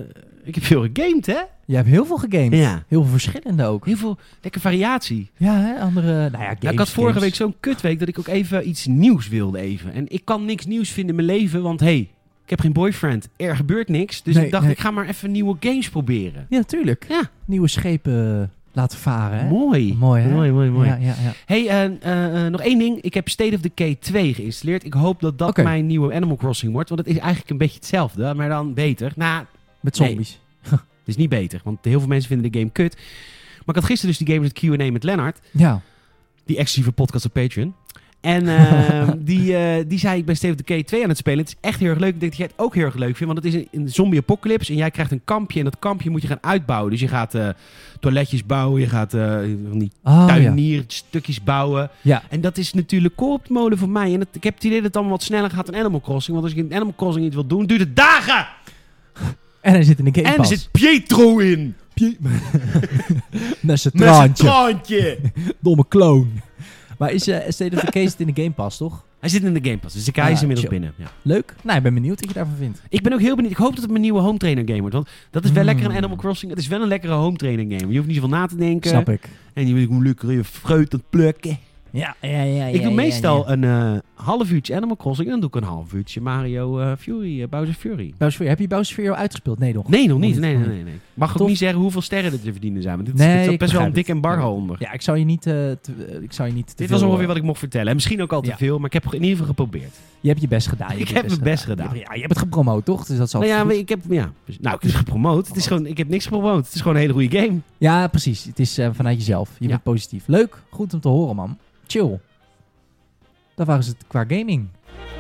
Ik heb veel gegamed, hè? Je hebt heel veel gegamed. Ja. Heel veel verschillende ook. Heel veel lekker variatie. Ja, hè? Andere... Nou ja, games, Nou, ik had vorige games. week zo'n kutweek dat ik ook even iets nieuws wilde even. En ik kan niks nieuws vinden in mijn leven, want hey, ik heb geen boyfriend. Er gebeurt niks. Dus Nee, ik dacht, nee. ik ga maar even nieuwe games proberen. Ja, tuurlijk. Ja. Nieuwe schepen laten varen, hè? Mooi. Mooi, hè? Mooi, mooi, mooi. Ja, ja, ja. Hey, eh, eh, eh, nog één ding. Ik heb State of Decay twee geïnstalleerd. Ik hoop dat dat Oké. mijn nieuwe Animal Crossing wordt. Want het is eigenlijk een beetje hetzelfde, maar dan beter. Nou, Met Nee. zombies. het is niet beter. Want heel veel mensen vinden de game kut. Maar ik had gisteren dus die game met Q en A met Lennart. Ja. Die exclusieve podcast op Patreon. En eh, die, eh, die zei, ik ben State of Decay twee aan het spelen. Het is echt heel erg leuk. Ik denk dat jij het ook heel erg leuk vindt. Want het is een, een zombie-apocalypse. En jij krijgt een kampje. En dat kampje moet je gaan uitbouwen. Dus je gaat eh, toiletjes bouwen. Je gaat eh, van die Oh, ja. tuinierstukjes bouwen. Ja. En dat is natuurlijk koopmolen voor mij. En het, ik heb het idee dat het allemaal wat sneller gaat dan Animal Crossing. Want als ik in Animal Crossing iets wil doen, duurt het dagen! En hij zit in de Game En er Pass. zit Pietro in! Met zijn Met zijn traantje. traantje! Domme kloon. Maar is uh, State of Decay zit in de Game Pass, toch? Hij zit in de Game Pass, dus ik hij is Ah, inmiddels chill. binnen. Ja. Leuk. Nou, ik ben benieuwd wat je daarvan vindt. Ik ben ook heel benieuwd. Ik hoop dat het mijn nieuwe home trainer game wordt. Want dat is wel Mm. lekker aan Animal Crossing. Het is wel een lekkere home trainer game. Je hoeft niet zoveel na te denken. Snap ik. En je moet lekker je fruit aan het plukken. Ja, ja, ja. ik doe meestal een uh, half uurtje Animal Crossing. En dan doe ik een half uurtje Mario uh, Fury, uh, Bowser Fury. Bowser Fury. Heb je Bowser Fury al uitgespeeld? Nee, nog. Nee, nog niet. Nog Nee, niet. nee, nee. nee. Mag ook Tof. niet zeggen hoeveel sterren er te verdienen zijn. Want dit Nee, is, dit zat ik best wel een begrijp dik het. embargo onder. Ja, ik zou je niet, uh, te, uh, ik zou je niet te Dit veel, was ongeveer uh, wat ik mocht vertellen. En misschien ook al te Ja. veel, maar ik heb in ieder geval geprobeerd. Je hebt je best gedaan. Je Ik hebt je heb mijn best gedaan. Je hebt- Ja, je hebt het gepromoot, toch? Dus dat zal Nou ja, goed. maar ik heb, ja, dus- nou, ik heb het gepromoot. Het is gewoon, ik heb niks gepromoot. Het is gewoon een hele goede game. Ja, precies. Het is uh, vanuit jezelf. Je Ja. bent positief. Leuk. Goed om te horen, man. Chill. Dat waren ze het qua gaming.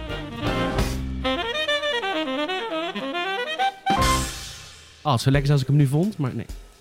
Oh, zo lekker als ik hem nu vond, maar nee.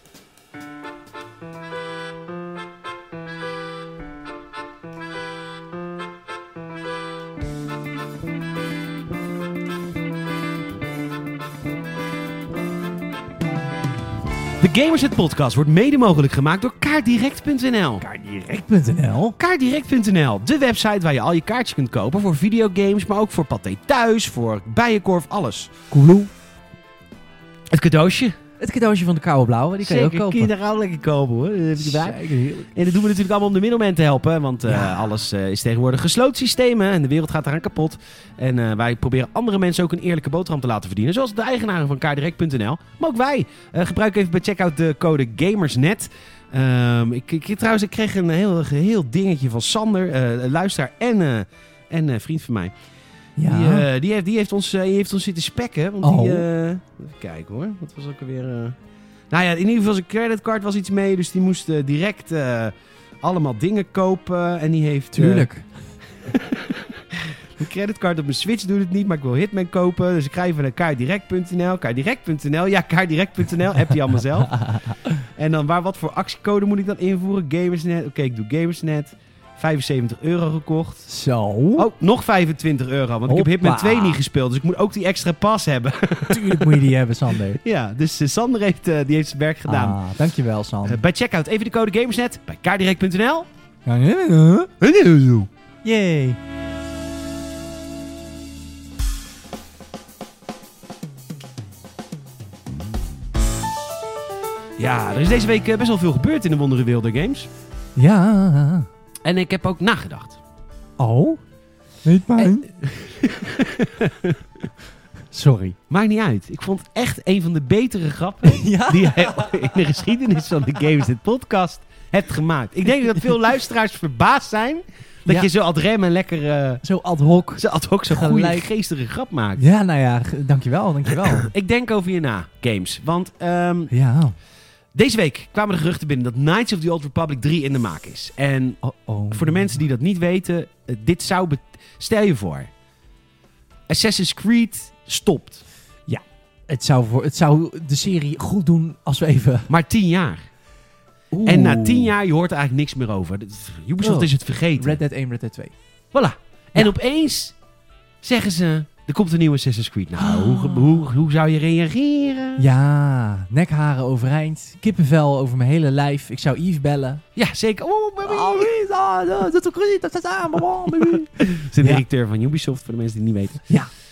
De Gamersnet podcast wordt mede mogelijk gemaakt door kaartdirect punt n l. kaartdirect punt n l. kaartdirect punt n l, de website waar je al je kaartjes kunt kopen voor videogames, maar ook voor Pathé Thuis, voor Bijenkorf, alles. Koeloe. Het cadeautje. Het cadeautje van de Koude Blauwe, die kan je ook kopen. Zeker, kinderen lekker kopen hoor. Dat heb je erbij. Zeker, heerlijk. En dat doen we natuurlijk allemaal om de middelman te helpen. Want uh, Ja. alles uh, is tegenwoordig gesloten systemen. En de wereld gaat eraan kapot. En uh, wij proberen andere mensen ook een eerlijke boterham te laten verdienen. Zoals de eigenaren van kaartdirect punt n l. Maar ook wij. Uh, gebruik even bij checkout de code GAMERSNET. Um, ik, ik, trouwens, ik kreeg een heel, heel dingetje van Sander. Uh, een luisteraar en, uh, en uh, vriend van mij. Ja. Die, uh, die, heeft, die, heeft ons, uh, die heeft ons zitten spekken. Want Oh. die, uh, even kijken hoor. Wat was ook alweer... Uh... Nou ja, in ieder geval zijn creditcard was iets mee. Dus die moest uh, direct uh, allemaal dingen kopen. En die heeft... Uh, Tuurlijk. mijn creditcard op mijn Switch doet het niet. Maar ik wil Hitman kopen. Dus ik ga even naar kaartdirect punt n l. kaartdirect punt n l. Ja, kaartdirect punt n l. Heb je allemaal zelf. En dan waar, wat voor actiecode moet ik dan invoeren? Gamersnet. Oké, okay, ik doe Gamersnet. vijfenzeventig euro gekocht. Zo. Oh, nog vijfentwintig euro. Want ik heb Hitman Hoppa. twee niet gespeeld. Dus ik moet ook die extra pas hebben. Tuurlijk moet je die hebben, Sander. Ja, dus uh, Sander heeft, uh, die heeft zijn werk gedaan. Ah, dankjewel, Sander. Uh, bij checkout even de code Gamersnet bij kaartdirect punt n l. Uh, Yay. Ja, er is deze week uh, best wel veel gebeurd in de Wondere Wilde Games. Ja. En ik heb ook nagedacht. Oh? Niet mijn. Sorry. Maakt niet uit. Ik vond het echt een van de betere grappen Ja? die jij in de geschiedenis van de Gamersnet podcast hebt gemaakt. Ik denk dat veel luisteraars verbaasd zijn dat Ja. je zo ad rem en lekker uh, Zo ad hoc. zo ad hoc zo'n goede Gelijk. geestige grap maakt. Ja, nou ja, g- dankjewel, dankjewel. Ik denk over je na, Games. Want um, Ja. deze week kwamen de geruchten binnen dat Knights of the Old Republic drie in de maak is. En Oh, oh. voor de mensen die dat niet weten, uh, dit zou... Bet- Stel je voor, Assassin's Creed stopt. Het zou, voor, het zou de serie goed doen als we even... Maar tien jaar. Oeh. En na tien jaar, je hoort er eigenlijk niks meer over. Dit- Ubisoft Oh. is het vergeten. Red Dead één, Red Dead twee. Voilà. En Ja. opeens zeggen ze, er komt een nieuwe Assassin's Creed. Nou, Oh. hoe, ge- hoe, hoe zou je reageren? Ja, nekharen overeind. Kippenvel over mijn hele lijf. Ik zou Yves bellen. Ja, zeker. Oh, baby. oui, dat is ook goed. Dat is aan, baby. Dat is de Ja. directeur van Ubisoft, voor de mensen die het niet weten. Ja.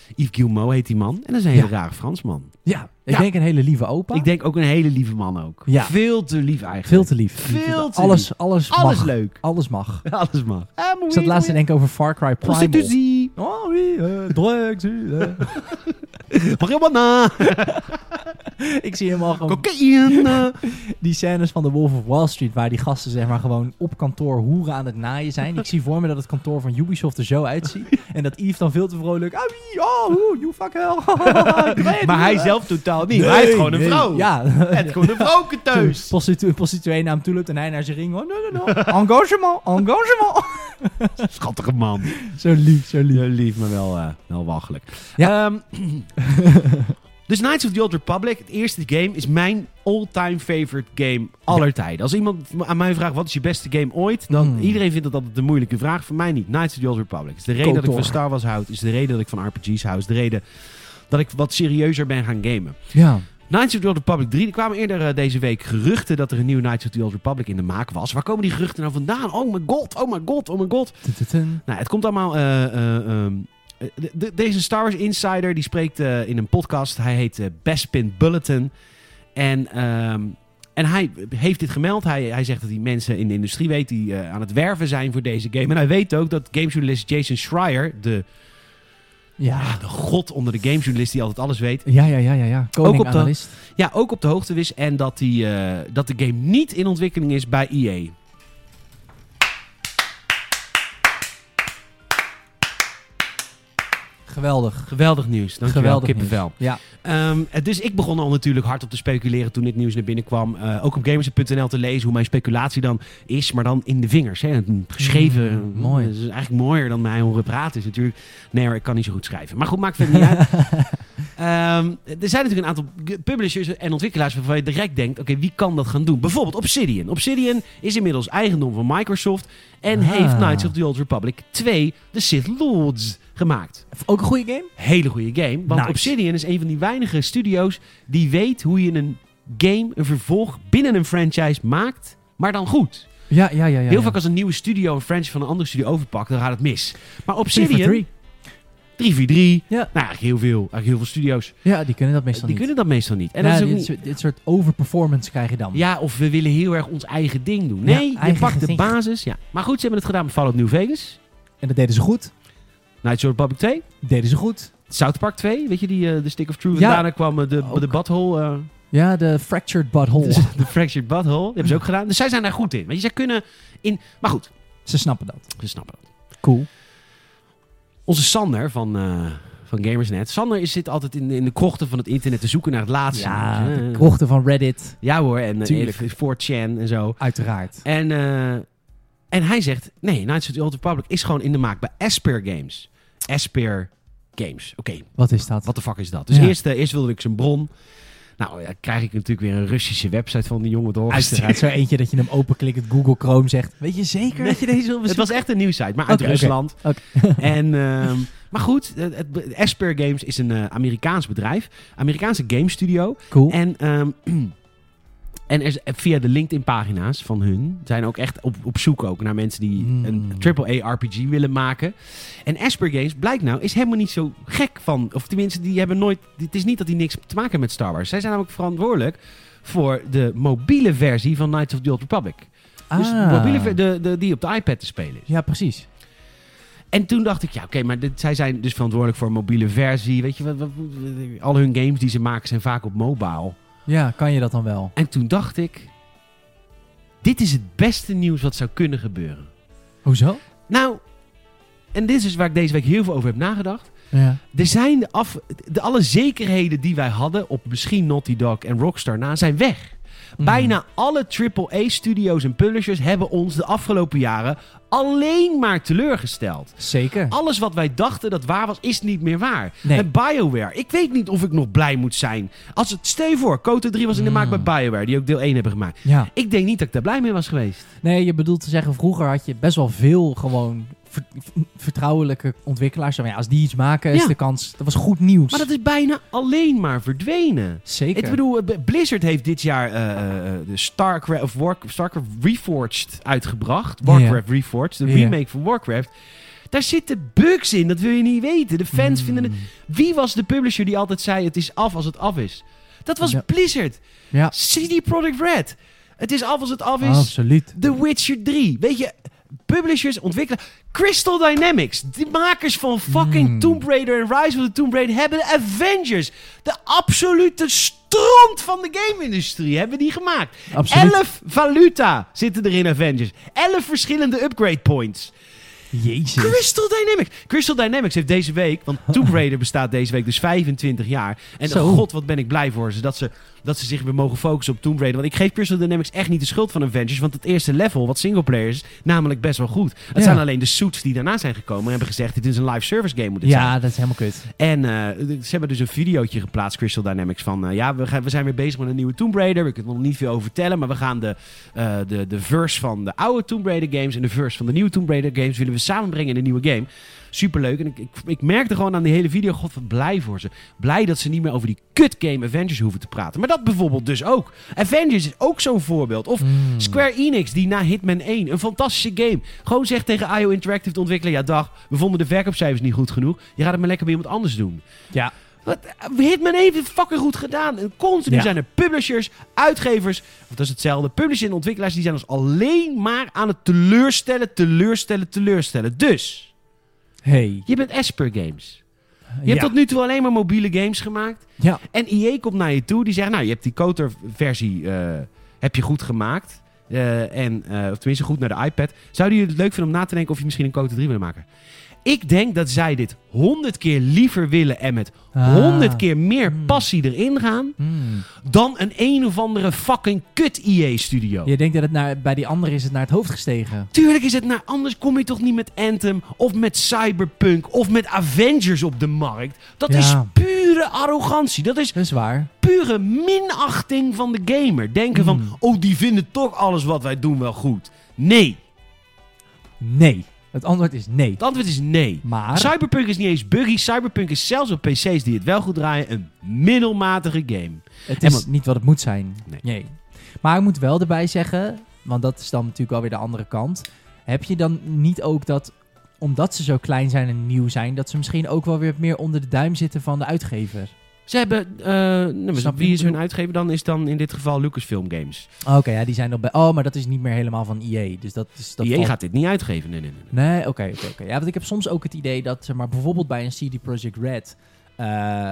Yves Guillemot heet die man. En dat is een Ja. hele rare Fransman. Ja, ik Ja. denk een hele lieve opa. Ik denk ook een hele lieve man ook. Ja. Veel te lief eigenlijk. Veel te lief. Veel te alles, lief. alles, Alles mag. leuk. Alles mag. Alles mag. Ah, Ik zat laatst te denken over Far Cry Primal. Prostitutie. Oh oui, uh, drugs. Uh. Marijuana. Ik zie helemaal gewoon Cocaïne. die scènes van The Wolf of Wall Street, waar die gasten zeg maar gewoon op kantoor hoeren aan het naaien zijn. Ik zie voor me dat het kantoor van Ubisoft er zo uitziet. En dat Yves dan veel te vrolijk, ah wie, oh, hoe, you fuck hell. Maar hij zelf totaal niet. Nee, hij heeft gewoon een nee. vrouw. Ja. Hij heeft gewoon een vrouwketeus. Prostitu- prostituee naar hem toe loopt en hij naar zijn ring. Oh, no, no, no. Engagement, engagement. Schattige man. Zo lief, zo lief. Ja, lief, maar wel, uh, wel walgelijk. Ja. Ehm, dus Knights of the Old Republic, het eerste game, is mijn all-time favorite game aller tijden. Als iemand aan mij vraagt, wat is je beste game ooit? Dan, Mm. Iedereen vindt dat altijd een moeilijke vraag. Voor mij niet. Knights of the Old Republic. Is de reden dat ik Kotor. van Star Wars houd. Is de reden dat ik van R P G's hou. Is de reden dat ik wat serieuzer ben gaan gamen. Ja. Knights of the Old Republic drie. Er kwamen eerder uh, deze week geruchten dat er een nieuwe Knights of the Old Republic in de maak was. Waar komen die geruchten nou vandaan? Oh my god, oh my god, oh my god. Tun-tun-tun. Nou, het komt allemaal... uh, uh, um, de, de, deze Star Wars Insider, die spreekt uh, in een podcast. Hij heet uh, Bespin Bulletin. En, um, en hij heeft dit gemeld. Hij, hij zegt dat hij mensen in de industrie weet die uh, aan het werven zijn voor deze game. En hij weet ook dat gamejournalist Jason Schreier, de, Ja. ja, de god onder de gamejournalist die altijd alles weet, Ja, ja, ja, ja, ja. Koning Ook op de- analist. ja, ook op de hoogte wist. En dat, die, uh, dat de game niet in ontwikkeling is bij E A. Geweldig. Geweldig nieuws. Dankjewel, Geweldig kippenvel. Ja. Um, dus ik begon al natuurlijk hard op te speculeren toen dit nieuws naar binnen kwam. Uh, ook op gamers punt n l te lezen hoe mijn speculatie dan is, maar dan in de vingers. Hè? Geschreven. Mm, mooi. Dat is eigenlijk mooier dan mij horen praten. Is natuurlijk. Nee, maar ik kan niet zo goed schrijven. Maar goed, maakt verder niet uit. Um, er zijn natuurlijk een aantal publishers en ontwikkelaars waarvan je direct denkt, oké, okay, wie kan dat gaan doen? Bijvoorbeeld Obsidian. Obsidian is inmiddels eigendom van Microsoft en Ah. heeft Knights of the Old Republic twee, de Sith Lords, gemaakt. Ook een goede game? Hele goede game. Want Nice. Obsidian is een van die weinige studio's die weet hoe je een game, een vervolg binnen een franchise maakt, maar dan goed. Ja, ja, ja. ja Heel ja. vaak als een nieuwe studio een franchise van een andere studio overpakt, dan gaat het mis. Maar Three for Obsidian, three. drie voor drie, Ja. nou eigenlijk heel veel, eigenlijk heel veel studio's, Ja, die kunnen dat meestal die niet. kunnen dat meestal niet. En Ja, dat is ook dit, niet soort- dit soort overperformance krijg je dan. ja, of we willen heel erg ons eigen ding doen. Nee, Ja, je eigen pakt de gezicht. basis. Ja. Maar goed, ze hebben het gedaan met Fallout New Vegas, En dat deden ze goed. Knights of the Republic twee, Deden ze goed. South Park twee, weet je, die, uh, de Stick of Truth. Ja. En daarna kwam uh, de, Ook. de Butthole... uh, Ja, de Fractured Butthole. Dus de Fractured Butthole. Die hebben ze ook gedaan. Dus zij zijn daar goed in. Want je, zij kunnen in... Maar goed, Ze snappen dat. ze snappen dat. Cool. Onze Sander van, uh, van Gamersnet. Sander is, zit altijd in, in de krochten van het internet te zoeken naar het laatste. Ja, nieuws, hè. de krochten van Reddit. Ja hoor. En Tuurlijk. uh, four chan en zo. Uiteraard. En, uh, en hij zegt... Nee, Knights of the Old Republic is gewoon in de maak bij Asper Games. Asper Games. Oké, okay, Wat is dat? wat de fuck is dat? Dus Ja. eerst, uh, eerst wilde ik zijn bron... Nou, ja, krijg ik natuurlijk weer een Russische website van die jongen doorgestuurd. Uiteraard. Zo eentje dat je hem openklikt, het Google Chrome zegt. Weet je zeker dat je deze wil Het bezoeken? was echt een nieuwsite, maar uit Oké, oké. Rusland. Oké. En, ehm, maar goed, het, het, Asper Games is een uh, Amerikaans bedrijf. Amerikaanse game studio. Cool. En, ehm, en er is, via de LinkedIn-pagina's van hun zijn ook echt op, op zoek ook naar mensen die Mm. een triple A R P G willen maken. En Asper Games, blijkt nou, is helemaal niet zo gek van... Of tenminste, die hebben nooit... Het is niet dat die niks te maken hebben met Star Wars. Zij zijn namelijk verantwoordelijk voor de mobiele versie van Knights of the Old Republic. Dus de Ah. mobiele ver- de, de, die op de iPad te spelen is. Ja, precies. En toen dacht ik, ja oké, maar dit, zij zijn dus verantwoordelijk voor een mobiele versie. Weet je, wat, wat, wat- al hun games die ze maken zijn vaak op mobile. Ja, kan je dat dan wel? En toen dacht ik, dit is het beste nieuws wat zou kunnen gebeuren. Hoezo? Nou, en dit is dus waar ik deze week heel veel over heb nagedacht. Ja. Er zijn de, af, de alle zekerheden die wij hadden op misschien Naughty Dog en Rockstar na, zijn weg. Mm. Bijna alle triple A studio's en publishers hebben ons de afgelopen jaren alleen maar teleurgesteld. Zeker. Alles wat wij dachten dat waar was, is niet meer waar. Nee. Met BioWare. Ik weet niet of ik nog blij moet zijn. Als het, stel je voor, Kotor drie was in de Mm. maak bij BioWare, die ook deel één hebben gemaakt. Ja. Ik denk niet dat ik daar blij mee was geweest. Nee, je bedoelt te zeggen, vroeger had je best wel veel gewoon ver- vertrouwelijke ontwikkelaars. Maar ja, als die iets maken, is Ja. de kans... Dat was goed nieuws. Maar dat is bijna alleen maar verdwenen. Zeker. Ik bedoel, eh, Blizzard heeft dit jaar eh, eh, de Starcraft, of War, Starcraft Reforged uitgebracht. Warcraft Reforged, de Ja. remake van Warcraft. Daar zitten bugs in, dat wil je niet weten. De fans Mm. vinden het... Wie was de publisher die altijd zei, het is af als het af is? Dat was Ja. Blizzard. Ja, C D Projekt Red. Het is af als het af is. absoluut. The Witcher drie. Weet je, publishers, ontwikkelen... Crystal Dynamics, de makers van fucking Mm. Tomb Raider en Rise of the Tomb Raider, hebben de Avengers, de absolute stront van de game-industrie, hebben die gemaakt. Absoluut. Elf valuta zitten er in Avengers. Elf verschillende upgrade points. Jezus. Crystal Dynamics. Crystal Dynamics heeft deze week, want Tomb Raider bestaat deze week dus vijfentwintig jaar. En Zo. oh god, wat ben ik blij voor ze, dat ze, dat ze zich weer mogen focussen op Tomb Raider. Want ik geef Crystal Dynamics echt niet de schuld van Avengers, want het eerste level, wat singleplayer is, namelijk best wel goed. Het Ja. zijn alleen de suits die daarna zijn gekomen en hebben gezegd, dit is een live service game moet dit zijn. Ja, dat is helemaal kut. En eh, ze hebben dus een videootje geplaatst, Crystal Dynamics, van... eh, ja, we, gaan, we zijn weer bezig met een nieuwe Tomb Raider. We kunnen er nog niet veel over vertellen, maar we gaan de, eh, de, de verse van de oude Tomb Raider games en de verse van de nieuwe Tomb Raider games willen we samenbrengen in een nieuwe game. Superleuk. En ik, ik, ik merkte gewoon aan die hele video, god, wat blij voor ze. Blij dat ze niet meer over die kut game Avengers hoeven te praten. Maar dat bijvoorbeeld dus ook. Avengers is ook zo'n voorbeeld. Of Mm. Square Enix, die na Hitman één, een fantastische game, gewoon zegt tegen I O Interactive, de ontwikkelaar, ja dag, we vonden de verkoopcijfers niet goed genoeg. Je gaat het maar lekker bij iemand anders doen. Ja. Wat, Hitman heeft het fucking goed gedaan. En continu Ja. zijn er publishers, uitgevers, of dat is hetzelfde, publishers en ontwikkelaars, die zijn ons alleen maar aan het teleurstellen, teleurstellen, teleurstellen. Dus, Hey. je bent Esper Games. Je ja. hebt tot nu toe alleen maar mobiele games gemaakt. Ja. En I A komt naar je toe, die zegt, nou, je hebt die Kotor-versie eh, heb je goed gemaakt. Eh, en, eh, of tenminste goed naar de iPad. Zouden jullie het leuk vinden om na te denken of je misschien een Kotor drie willen maken? Ik denk dat zij dit honderd keer liever willen en met honderd Ah. keer meer Hmm. passie erin gaan Hmm. dan een een of andere fucking kut I A-studio. Je denkt dat het naar, bij die andere is het naar het hoofd gestegen. Tuurlijk is het naar, anders kom je toch niet met Anthem of met Cyberpunk of met Avengers op de markt. Dat Ja. is pure arrogantie. Dat is Dat is waar. pure minachting van de gamer. Denken Hmm. van, oh, die vinden toch alles wat wij doen wel goed. Nee. Nee. Het antwoord is nee. Het antwoord is nee. Maar... Cyberpunk is niet eens buggy. Cyberpunk is zelfs op P C's die het wel goed draaien een middelmatige game. Het En is wat- niet wat het moet zijn. Nee. Maar ik moet wel erbij zeggen, want dat is dan natuurlijk wel weer de andere kant. Heb je dan niet ook dat, omdat ze zo klein zijn en nieuw zijn, dat ze misschien ook wel weer meer onder de duim zitten van de uitgever? Ze hebben... eh, nou, Snap je wie wat is ik hun bedoel? uitgever dan? Is dan in dit geval Lucasfilm Games. Oké, ja, die zijn nog bij... Oh, maar dat is niet meer helemaal van I A. Dus dat is... Dat I A valt- gaat dit niet uitgeven. Nee, nee, nee. nee. Nee, oké, oké, oké. Ja, want ik heb soms ook het idee dat, zeg maar, bijvoorbeeld bij een C D Projekt Red eh,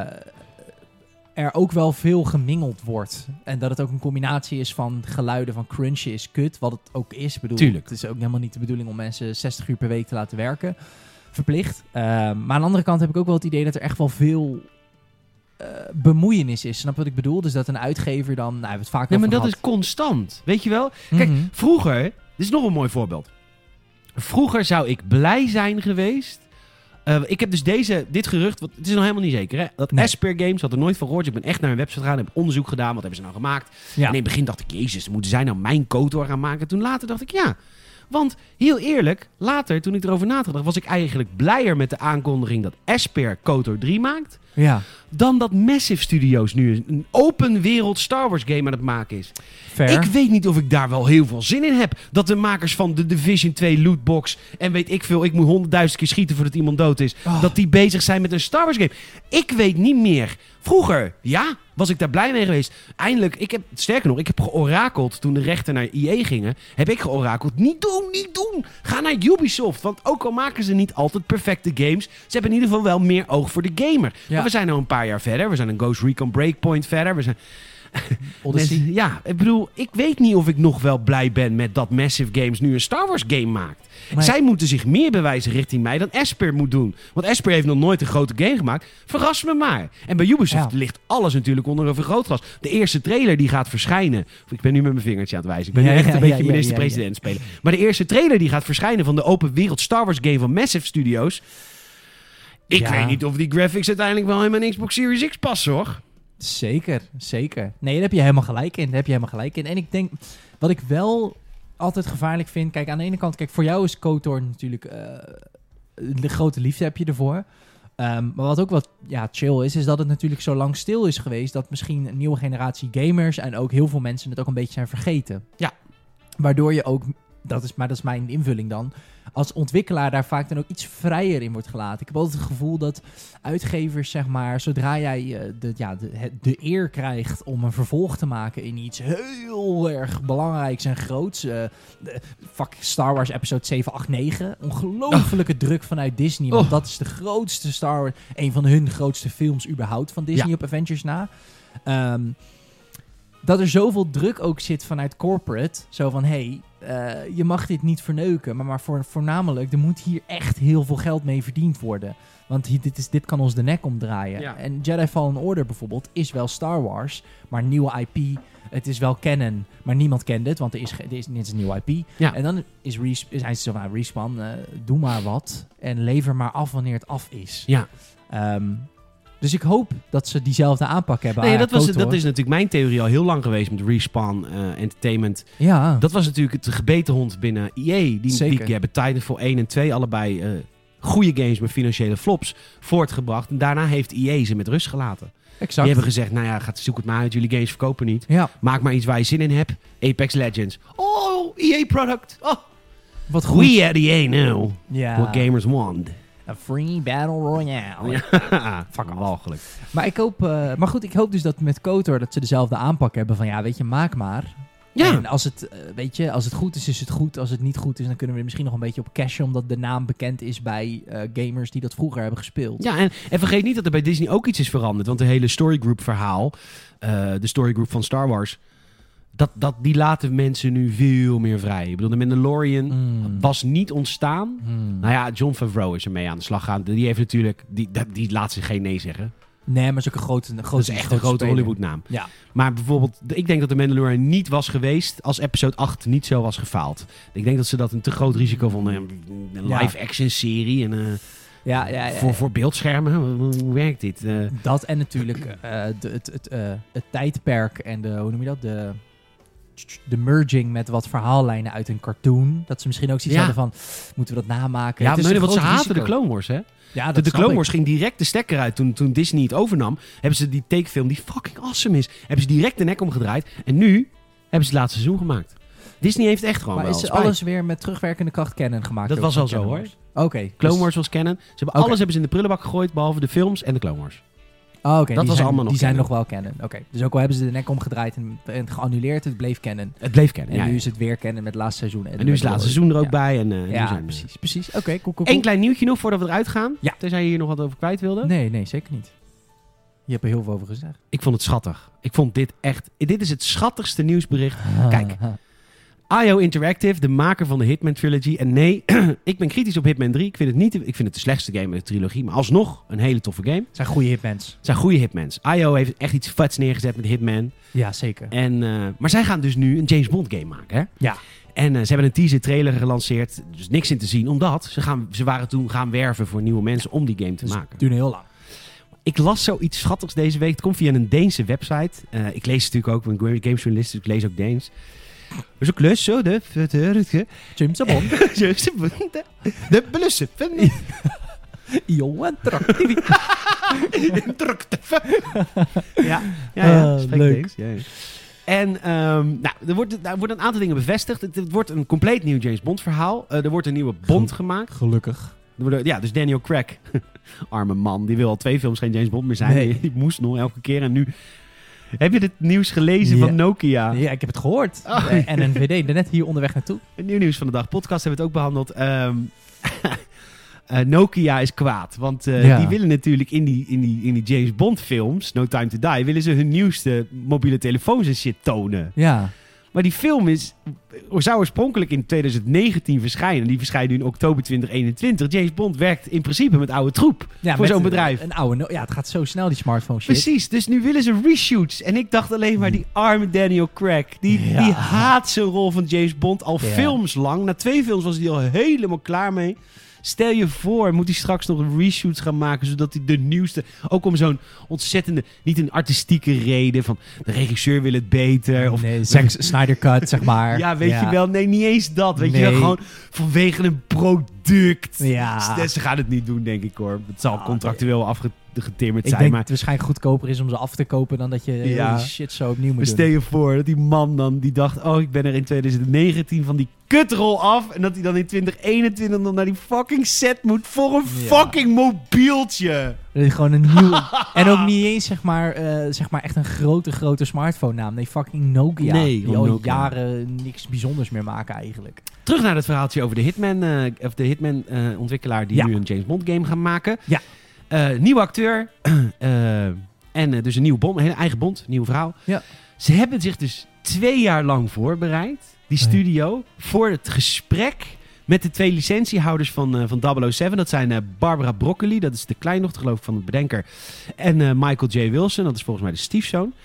er ook wel veel gemingeld wordt. En dat het ook een combinatie is van geluiden van crunchen is kut, wat het ook is. Ik bedoel, Tuurlijk. het is ook helemaal niet de bedoeling om mensen zestig uur per week te laten werken. Verplicht. Eh, maar aan de andere kant heb ik ook wel het idee dat er echt wel veel eh, bemoeienis is. Snap je wat ik bedoel? Dus dat een uitgever dan... Nou, we hebben het vaak Nee, maar over dat is gehad. constant. Weet je wel? Kijk, Mhm. vroeger... Dit is nog een mooi voorbeeld. Vroeger zou ik blij zijn geweest... Uh, ik heb dus deze, dit gerucht, want het is nog helemaal niet zeker, hè? Dat Nee. Esper Games, had er nooit van gehoord. Ik ben echt naar hun website gegaan, heb onderzoek gedaan, wat hebben ze nou gemaakt. Ja. En in het begin dacht ik, jezus, moeten zij nou mijn Kotor gaan maken? Toen later dacht ik, ja. Want heel eerlijk, later, toen ik erover nagedacht, was ik eigenlijk blijer met de aankondiging dat Esper Kotor drie maakt, Ja, dan dat Massive Studios nu een open wereld Star Wars game aan het maken is. fair. Ik weet niet of ik daar wel heel veel zin in heb. Dat de makers van de Division twee lootbox en weet ik veel, ik moet honderdduizend keer schieten voordat iemand dood is, Oh. dat die bezig zijn met een Star Wars game. Ik weet niet meer. Vroeger, ja, was ik daar blij mee geweest. Eindelijk, ik heb, sterker nog, ik heb georakeld toen de rechten naar I A gingen, heb ik georakeld, niet doen, niet doen. Ga naar Ubisoft, want ook al maken ze niet altijd perfecte games, ze hebben in ieder geval wel meer oog voor de gamer. Ja. Maar we zijn nu een paar jaar verder, we zijn een Ghost Recon Breakpoint verder, we zijn... Odyssey. Mensen- ja, ik bedoel, ik weet niet of ik nog wel blij ben met dat Massive Games nu een Star Wars game maakt. Nee. Zij moeten zich meer bewijzen richting mij dan Esper moet doen. Want Esper heeft nog nooit een grote game gemaakt. Verras me maar. En bij Ubisoft Ja. ligt alles natuurlijk onder een vergrootglas. De eerste trailer die gaat verschijnen. Ik ben nu met mijn vingertje aan het wijzen. Ik ben Ja, nu echt ja, een ja, beetje ja, minister-president spelen. Maar de eerste trailer die gaat verschijnen van de open wereld Star Wars game van Massive Studios. Ik Ja. weet niet of die graphics uiteindelijk wel in mijn Xbox Series X passen, hoor. Zeker, zeker. Nee, daar heb je helemaal gelijk in. Daar heb je helemaal gelijk in. En ik denk, wat ik wel altijd gevaarlijk vind... Kijk, aan de ene kant, kijk, voor jou is KOTOR natuurlijk... eh, de grote liefde heb je ervoor. Ehm, maar wat ook wat ja, chill is, is dat het natuurlijk zo lang stil is geweest... dat misschien een nieuwe generatie gamers en ook heel veel mensen het ook een beetje zijn vergeten. Ja. Waardoor je ook dat is, maar dat is mijn invulling dan, als ontwikkelaar daar vaak dan ook iets vrijer in wordt gelaten. Ik heb altijd het gevoel dat uitgevers, zeg maar, zodra jij uh, de, ja, de, het, de eer krijgt om een vervolg te maken in iets heel erg belangrijks en groots. Uh, de, fuck Star Wars episode zeven, acht, negen. Ongelofelijke oh. druk vanuit Disney. Want oh. dat is de grootste Star Wars, een van hun grootste films überhaupt van Disney ja. op Avengers na. Um, dat er zoveel druk ook zit vanuit corporate. Zo van, hey, uh, je mag dit niet verneuken. Maar, maar voor, voornamelijk, er moet hier echt heel veel geld mee verdiend worden. Want hier, dit, is, dit kan ons de nek omdraaien. Ja. En Jedi Fallen Order bijvoorbeeld is wel Star Wars. Maar nieuwe I P. Het is wel canon, maar niemand kent het. Want er is, er is, dit is een nieuwe I P. Ja. En dan is, res, is hij zo van, Respawn, uh, doe maar wat. En lever maar af wanneer het af is. Ja. Um, Dus ik hoop dat ze diezelfde aanpak hebben. Nee, dat, was, dat is natuurlijk mijn theorie al heel lang geweest met Respawn uh, Entertainment. Ja. Dat was natuurlijk het gebeten hond binnen E A. Die, die, die hebben Titanfall één en twee allebei uh, goede games met financiële flops voortgebracht. En daarna heeft E A ze met rust gelaten. Exact. Die hebben gezegd, nou ja, gaat, zoek het maar uit. Jullie games verkopen niet. Ja. Maak maar iets waar je zin in hebt. Apex Legends. Oh, E A product. Oh. Wat goed. We at E A know ja. what gamers want. A free battle royale. Ja, fuck walgelijk. Maar ik hoop, uh, maar goed, ik hoop dus dat met KOTOR dat ze dezelfde aanpak hebben van, ja, weet je, maak maar. Ja. En als het, uh, weet je, als het goed is, is het goed. Als het niet goed is, dan kunnen we er misschien nog een beetje op cashen, omdat de naam bekend is bij uh, gamers die dat vroeger hebben gespeeld. Ja, en, en vergeet niet dat er bij Disney ook iets is veranderd, want de hele Storygroup verhaal, uh, de Storygroup van Star Wars, Dat, dat, die laten mensen nu veel meer vrij. Ik bedoel, de Mandalorian mm. was niet ontstaan. Mm. Nou ja, Jon Favreau is ermee aan de slag gaan. Die heeft natuurlijk, die, die laat zich geen nee zeggen. Nee, maar is ook een grote, een grote, dat is echt grote een grote Hollywood-naam. Ja. Maar bijvoorbeeld, ik denk dat de Mandalorian niet was geweest als episode acht niet zo was gefaald. Ik denk dat ze dat een te groot risico vonden. Een live-action serie en uh, ja, ja, ja, voor, ja. voor beeldschermen. Hoe, hoe werkt dit? Uh, dat en natuurlijk uh, de, het, het, uh, het tijdperk en de, hoe noem je dat? De... de merging met wat verhaallijnen uit een cartoon. Dat ze misschien ook zoiets ja. hadden van, moeten we dat namaken? Ja, nee, want ze haten de Clone Wars, hè? Ja, dat de de Clone Wars ging direct de stekker uit toen, toen Disney het overnam. Hebben ze die takefilm, die fucking awesome is, hebben ze direct de nek omgedraaid. En nu hebben ze het laatste seizoen gemaakt. Disney heeft echt gewoon maar wel is spijt. alles weer met terugwerkende kracht canon gemaakt? Dat was al zo, hoor. Oké. Okay, Clone dus... Wars was canon. Ze hebben okay. alles hebben ze in de prullenbak gegooid, behalve de films en de Clone Wars. Oh, oké. Okay. Dat die was zijn, allemaal nog Die zijn canon. nog wel canon. Oké. Okay. Dus ook al hebben ze de nek omgedraaid en, en geannuleerd, het bleef canon. Het bleef canon, En ja, nu ja. is het weer canon met het laatste seizoen. En, en nu is het laatste seizoen er ook ja. bij. En, uh, ja, nu zijn precies. precies. Oké, okay, cool, cool, Eén cool. klein nieuwtje nog voordat we eruit gaan. Ja. Tenzij je hier nog wat over kwijt wilde. Nee, nee, zeker niet. Je hebt er heel veel over gezegd. Ik vond het schattig. Ik vond dit echt... Dit is het schattigste nieuwsbericht. Ah, Kijk. ah. I O Interactive, de maker van de Hitman Trilogy. En nee, ik ben kritisch op Hitman drie. Ik vind het niet, ik vind het de slechtste game in de trilogie. Maar alsnog een hele toffe game. Het zijn goede Hitmans. Het zijn goede Hitmans. I O heeft echt iets vets neergezet met Hitman. Ja, zeker. En, uh, maar zij gaan dus nu een James Bond game maken. Hè? Ja. En uh, ze hebben een teaser trailer gelanceerd. Dus niks in te zien. Omdat ze, gaan, ze waren toen gaan werven voor nieuwe mensen om die game te dus maken. Het duurde heel lang. Ik las zoiets schattigs deze week. Het komt via een Deense website. Uh, ik lees natuurlijk ook, ik ben gamesjournalist, dus ik lees ook Deens. Dus ik lees zo de... James Bond. James Bond. De blussen. Yo, interactief. Interactief. Ja, ja, ja. Uh, Spreek leuk. Deens. Ja, ja. En um, nou, er, wordt, er worden een aantal dingen bevestigd. Het, het wordt een compleet nieuw James Bond verhaal. Uh, er wordt een nieuwe Bond Ge- gemaakt. Gelukkig. Er worden, ja, dus Daniel Craig. Arme man. Die wil al twee films geen James Bond meer zijn. Nee. Die, die moest nog elke keer. En nu... Heb je het nieuws gelezen ja. van Nokia? Ja, ik heb het gehoord. Oh. Uh, en N V D, net hier onderweg naartoe. Het nieuw nieuws van de dag. Podcast hebben we het ook behandeld. Um, uh, Nokia is kwaad. Want uh, ja. die willen natuurlijk in die, in, die, in die James Bond films, No Time to Die, willen ze hun nieuwste mobiele telefoons en shit tonen. Ja. Maar die film is, zou oorspronkelijk in twintig negentien verschijnen. Die verschijnt nu in oktober twintig eenentwintig. James Bond werkt in principe met oude troep Ja, voor zo'n bedrijf. Een oude, no- ja, het gaat zo snel, die smartphone shit. Precies, dus nu willen ze reshoots. En ik dacht alleen maar, die arme Daniel Craig. Die, Ja. die haat zijn rol van James Bond al Ja. films lang. Na twee films was hij al helemaal klaar mee. Stel je voor, moet hij straks nog een reshoots gaan maken, zodat hij de nieuwste... Ook om zo'n ontzettende, niet een artistieke reden van de regisseur wil het beter. Of nee, Zack Snyder cut, zeg maar. Ja, weet ja. je wel. Nee, niet eens dat. Weet Nee. je wel, gewoon vanwege een product. gedukt. Ja. Ze, ze gaan het niet doen, denk ik hoor. Het zal Ah, contractueel nee. afgetimmerd Ik zijn. denk Maar dat het waarschijnlijk goedkoper is om ze af te kopen dan dat je Ja. die shit zo opnieuw moet maar doen. stel je voor dat die man dan, die dacht, oh, ik ben er in twintig negentien van die kutrol af. En dat hij dan in twintig eenentwintig dan naar die fucking set moet voor een Ja. fucking mobieltje. Dat is gewoon een nieuw... en ook niet eens zeg maar, uh, zeg maar echt een grote, grote smartphone naam. Nee, fucking Nokia. Nee, die gewoon al Nokia. jaren niks bijzonders meer maken eigenlijk. Terug naar het verhaaltje over de Hitman, uh, of de Hitman uh, ontwikkelaar die Ja. nu een James Bond game gaan maken. Ja. Uh, nieuwe acteur. uh, en uh, dus een nieuwe bond, een hele eigen bond, nieuw verhaal. Ja. Ze hebben zich dus twee jaar lang voorbereid, die studio, voor het gesprek met de twee licentiehouders van, uh, van double oh seven. Dat zijn uh, Barbara Broccoli, dat is de kleindochter geloof ik van de bedenker. En uh, Michael J. Wilson, dat is volgens mij de stiefzoon.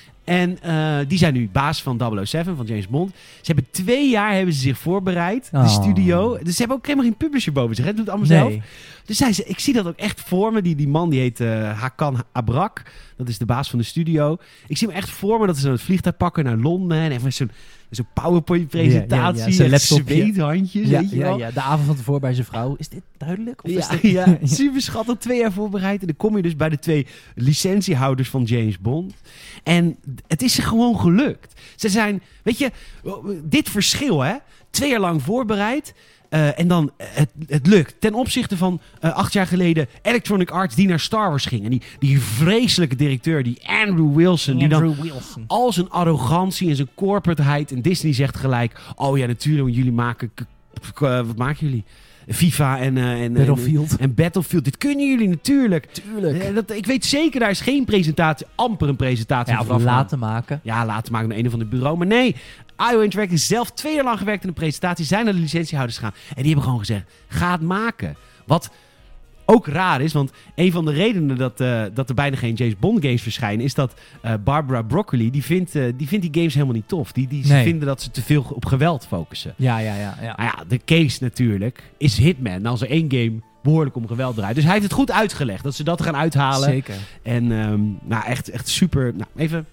En uh, die zijn nu baas van double oh seven, van James Bond. Ze hebben twee jaar hebben ze zich voorbereid, de Oh. studio. Dus ze hebben ook helemaal geen publisher boven zich. Hè? Doet het allemaal Nee. zelf. Dus zij, ik zie dat ook echt voor me. Die, die man die heet uh, Hakan Abrak. Dat is de baas van de studio. Ik zie hem echt voor me dat ze dan het vliegtuig pakken naar Londen. En even zo'n zo'n PowerPoint-presentatie. Ja, ja, ja. Zijn laptopje. Zweethandjes, Ja, weet je ja, wel. ja, de avond van tevoren bij zijn vrouw. Is dit duidelijk? Of Ja, is dit... ja, super schattig. Twee jaar voorbereid. En dan kom je dus bij de twee licentiehouders van James Bond. En het is ze gewoon gelukt. Ze zijn, weet je, dit verschil, hè. Twee jaar lang voorbereid. Uh, en dan, uh, het, het lukt. Ten opzichte van uh, acht jaar geleden Electronic Arts die naar Star Wars ging. En die, die vreselijke directeur, die Andrew Wilson. Andrew die dan Wilson. al zijn arrogantie en zijn corporateheid. En Disney zegt gelijk, oh ja, natuurlijk, want jullie maken... K- k- wat maken jullie? FIFA en, uh, en, Battlefield. en, en Battlefield. Dit kunnen jullie natuurlijk. Tuurlijk. Uh, dat, ik weet zeker, daar is geen presentatie, amper een presentatie Ja, of vooraf. laten maken. Ja, laten maken naar een of ander bureau. Maar nee, I O Interactive zelf twee jaar lang gewerkt in een presentatie. Zijn naar de licentiehouders gegaan. En die hebben gewoon gezegd, ga het maken. Wat ook raar is, want een van de redenen dat, uh, dat er bijna geen James Bond games verschijnen, is dat uh, Barbara Broccoli, die vindt, uh, die vindt die games helemaal niet tof. Die, die Nee. vinden dat ze te veel op geweld focussen. Ja, ja, ja. ja. Nou ja, de case natuurlijk is Hitman. Nou, als er één game behoorlijk om geweld draait. Dus hij heeft het goed uitgelegd, dat ze dat gaan uithalen. Zeker. En um, nou, echt, echt super. Nou, even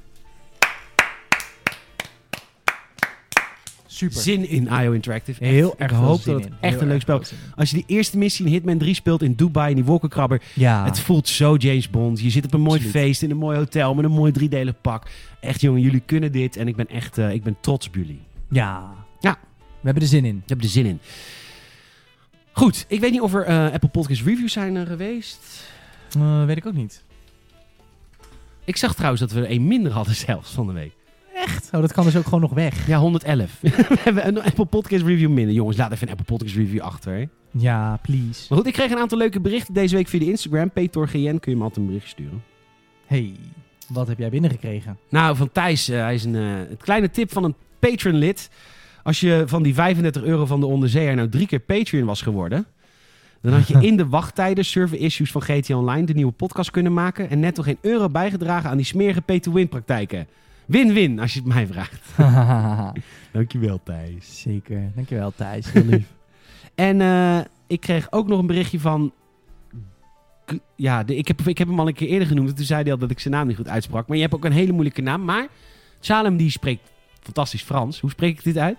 Super. zin in I O Interactive. Echt, Heel ik erg hoop veel dat zin het in. echt Heel een leuk erg spel veel is. zin in. Als je die eerste missie in Hitman drie speelt in Dubai, in die wolkenkrabber. Ja. Het voelt zo James Bond. Je zit op een mooi Absoluut. feest in een mooi hotel met een mooi driedelig pak. Echt jongen, jullie kunnen dit. En ik ben echt uh, ik ben trots op jullie. Ja. Ja. We hebben er zin in. Ik heb er zin in. Goed, ik weet niet of er uh, Apple Podcast reviews zijn uh, geweest. Uh, weet ik ook niet. Ik zag trouwens dat we er één minder hadden zelfs van de week. Echt? Oh, dat kan dus ook gewoon nog weg. Ja, honderd elf. We hebben een Apple Podcast review minder. Jongens, laat even een Apple Podcast review achter. Hè? Ja, please. Maar goed, ik kreeg een aantal leuke berichten deze week via de Instagram. PetorGN, kun je me altijd een berichtje sturen. Hey, wat heb jij binnengekregen? Nou, van Thijs. Uh, hij is een uh, het kleine tip van een Patreon-lid. Als je van die vijfendertig euro van de onderzeeër nou drie keer Patreon was geworden, dan had je in de wachttijden server issues van G T A Online de nieuwe podcast kunnen maken en netto geen euro bijgedragen aan die smerige pay-to-win praktijken. Win-win, als je het mij vraagt. Dankjewel, Thijs. Zeker. Dankjewel, Thijs. Heel lief. En uh, ik kreeg ook nog een berichtje van... Ja, de, ik, heb, ik heb hem al een keer eerder genoemd. En toen zei hij al dat ik zijn naam niet goed uitsprak. Maar je hebt ook een hele moeilijke naam. Maar Salem die spreekt fantastisch Frans. Hoe spreek ik dit uit?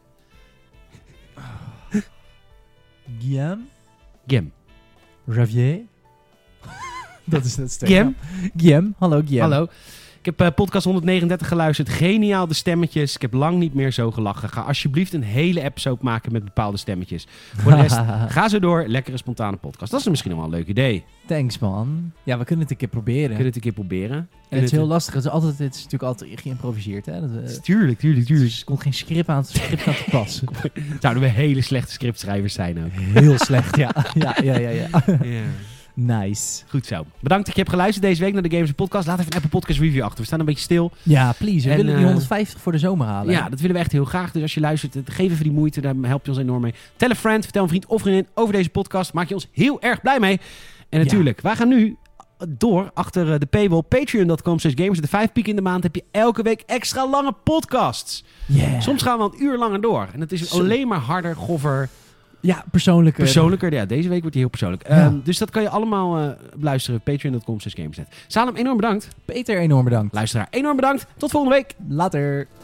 Guillaume? Gem. Javier? Dat is het stuk. Gem. Guillaume. Hallo, Guillaume. Hallo. Ik heb uh, podcast honderdnegenendertig geluisterd. Geniaal, de stemmetjes. Ik heb lang niet meer zo gelachen. Ga alsjeblieft een hele episode maken met bepaalde stemmetjes. Voor de rest, ga zo door. Lekkere, spontane podcast. Dat is misschien nog wel een leuk idee. Thanks, man. Ja, we kunnen het een keer proberen. We kunnen het een keer proberen. En het is heel lastig. Het is, altijd, het is natuurlijk altijd geïmproviseerd. Hè? Dat we, Tuurlijk, tuurlijk, tuurlijk. dus er komt geen script aan, script aan te pas. Zouden we hele slechte scriptschrijvers zijn ook. Heel slecht, ja. Ja, ja, ja, ja. Ja. Nice. Goed zo. Bedankt dat je hebt geluisterd deze week naar de Games Podcast. Laat even een Apple Podcast review achter. We staan een beetje stil. Ja, please. We En, willen die uh, honderdvijftig voor de zomer halen. Ja, dat willen we echt heel graag. Dus als je luistert, geef even die moeite. Daar help je ons enorm mee. Tell a friend, vertel een vriend of vriendin over deze podcast. Maak je ons heel erg blij mee. En natuurlijk, ja. wij gaan nu door achter de paywall. Patreon dot com slash gamers. De vijf piek in de maand heb je elke week extra lange podcasts. Yeah. Soms gaan we al een uur langer door. En het is Zo. alleen maar harder, goffer... Ja, persoonlijker. Persoonlijker, ja. Deze week wordt hij heel persoonlijk. Ja. Um, dus dat kan je allemaal uh, luisteren. Patreon dot com slash gamersnet. Salem, enorm bedankt. Peter, enorm bedankt. Luisteraar, enorm bedankt. Tot volgende week. Later.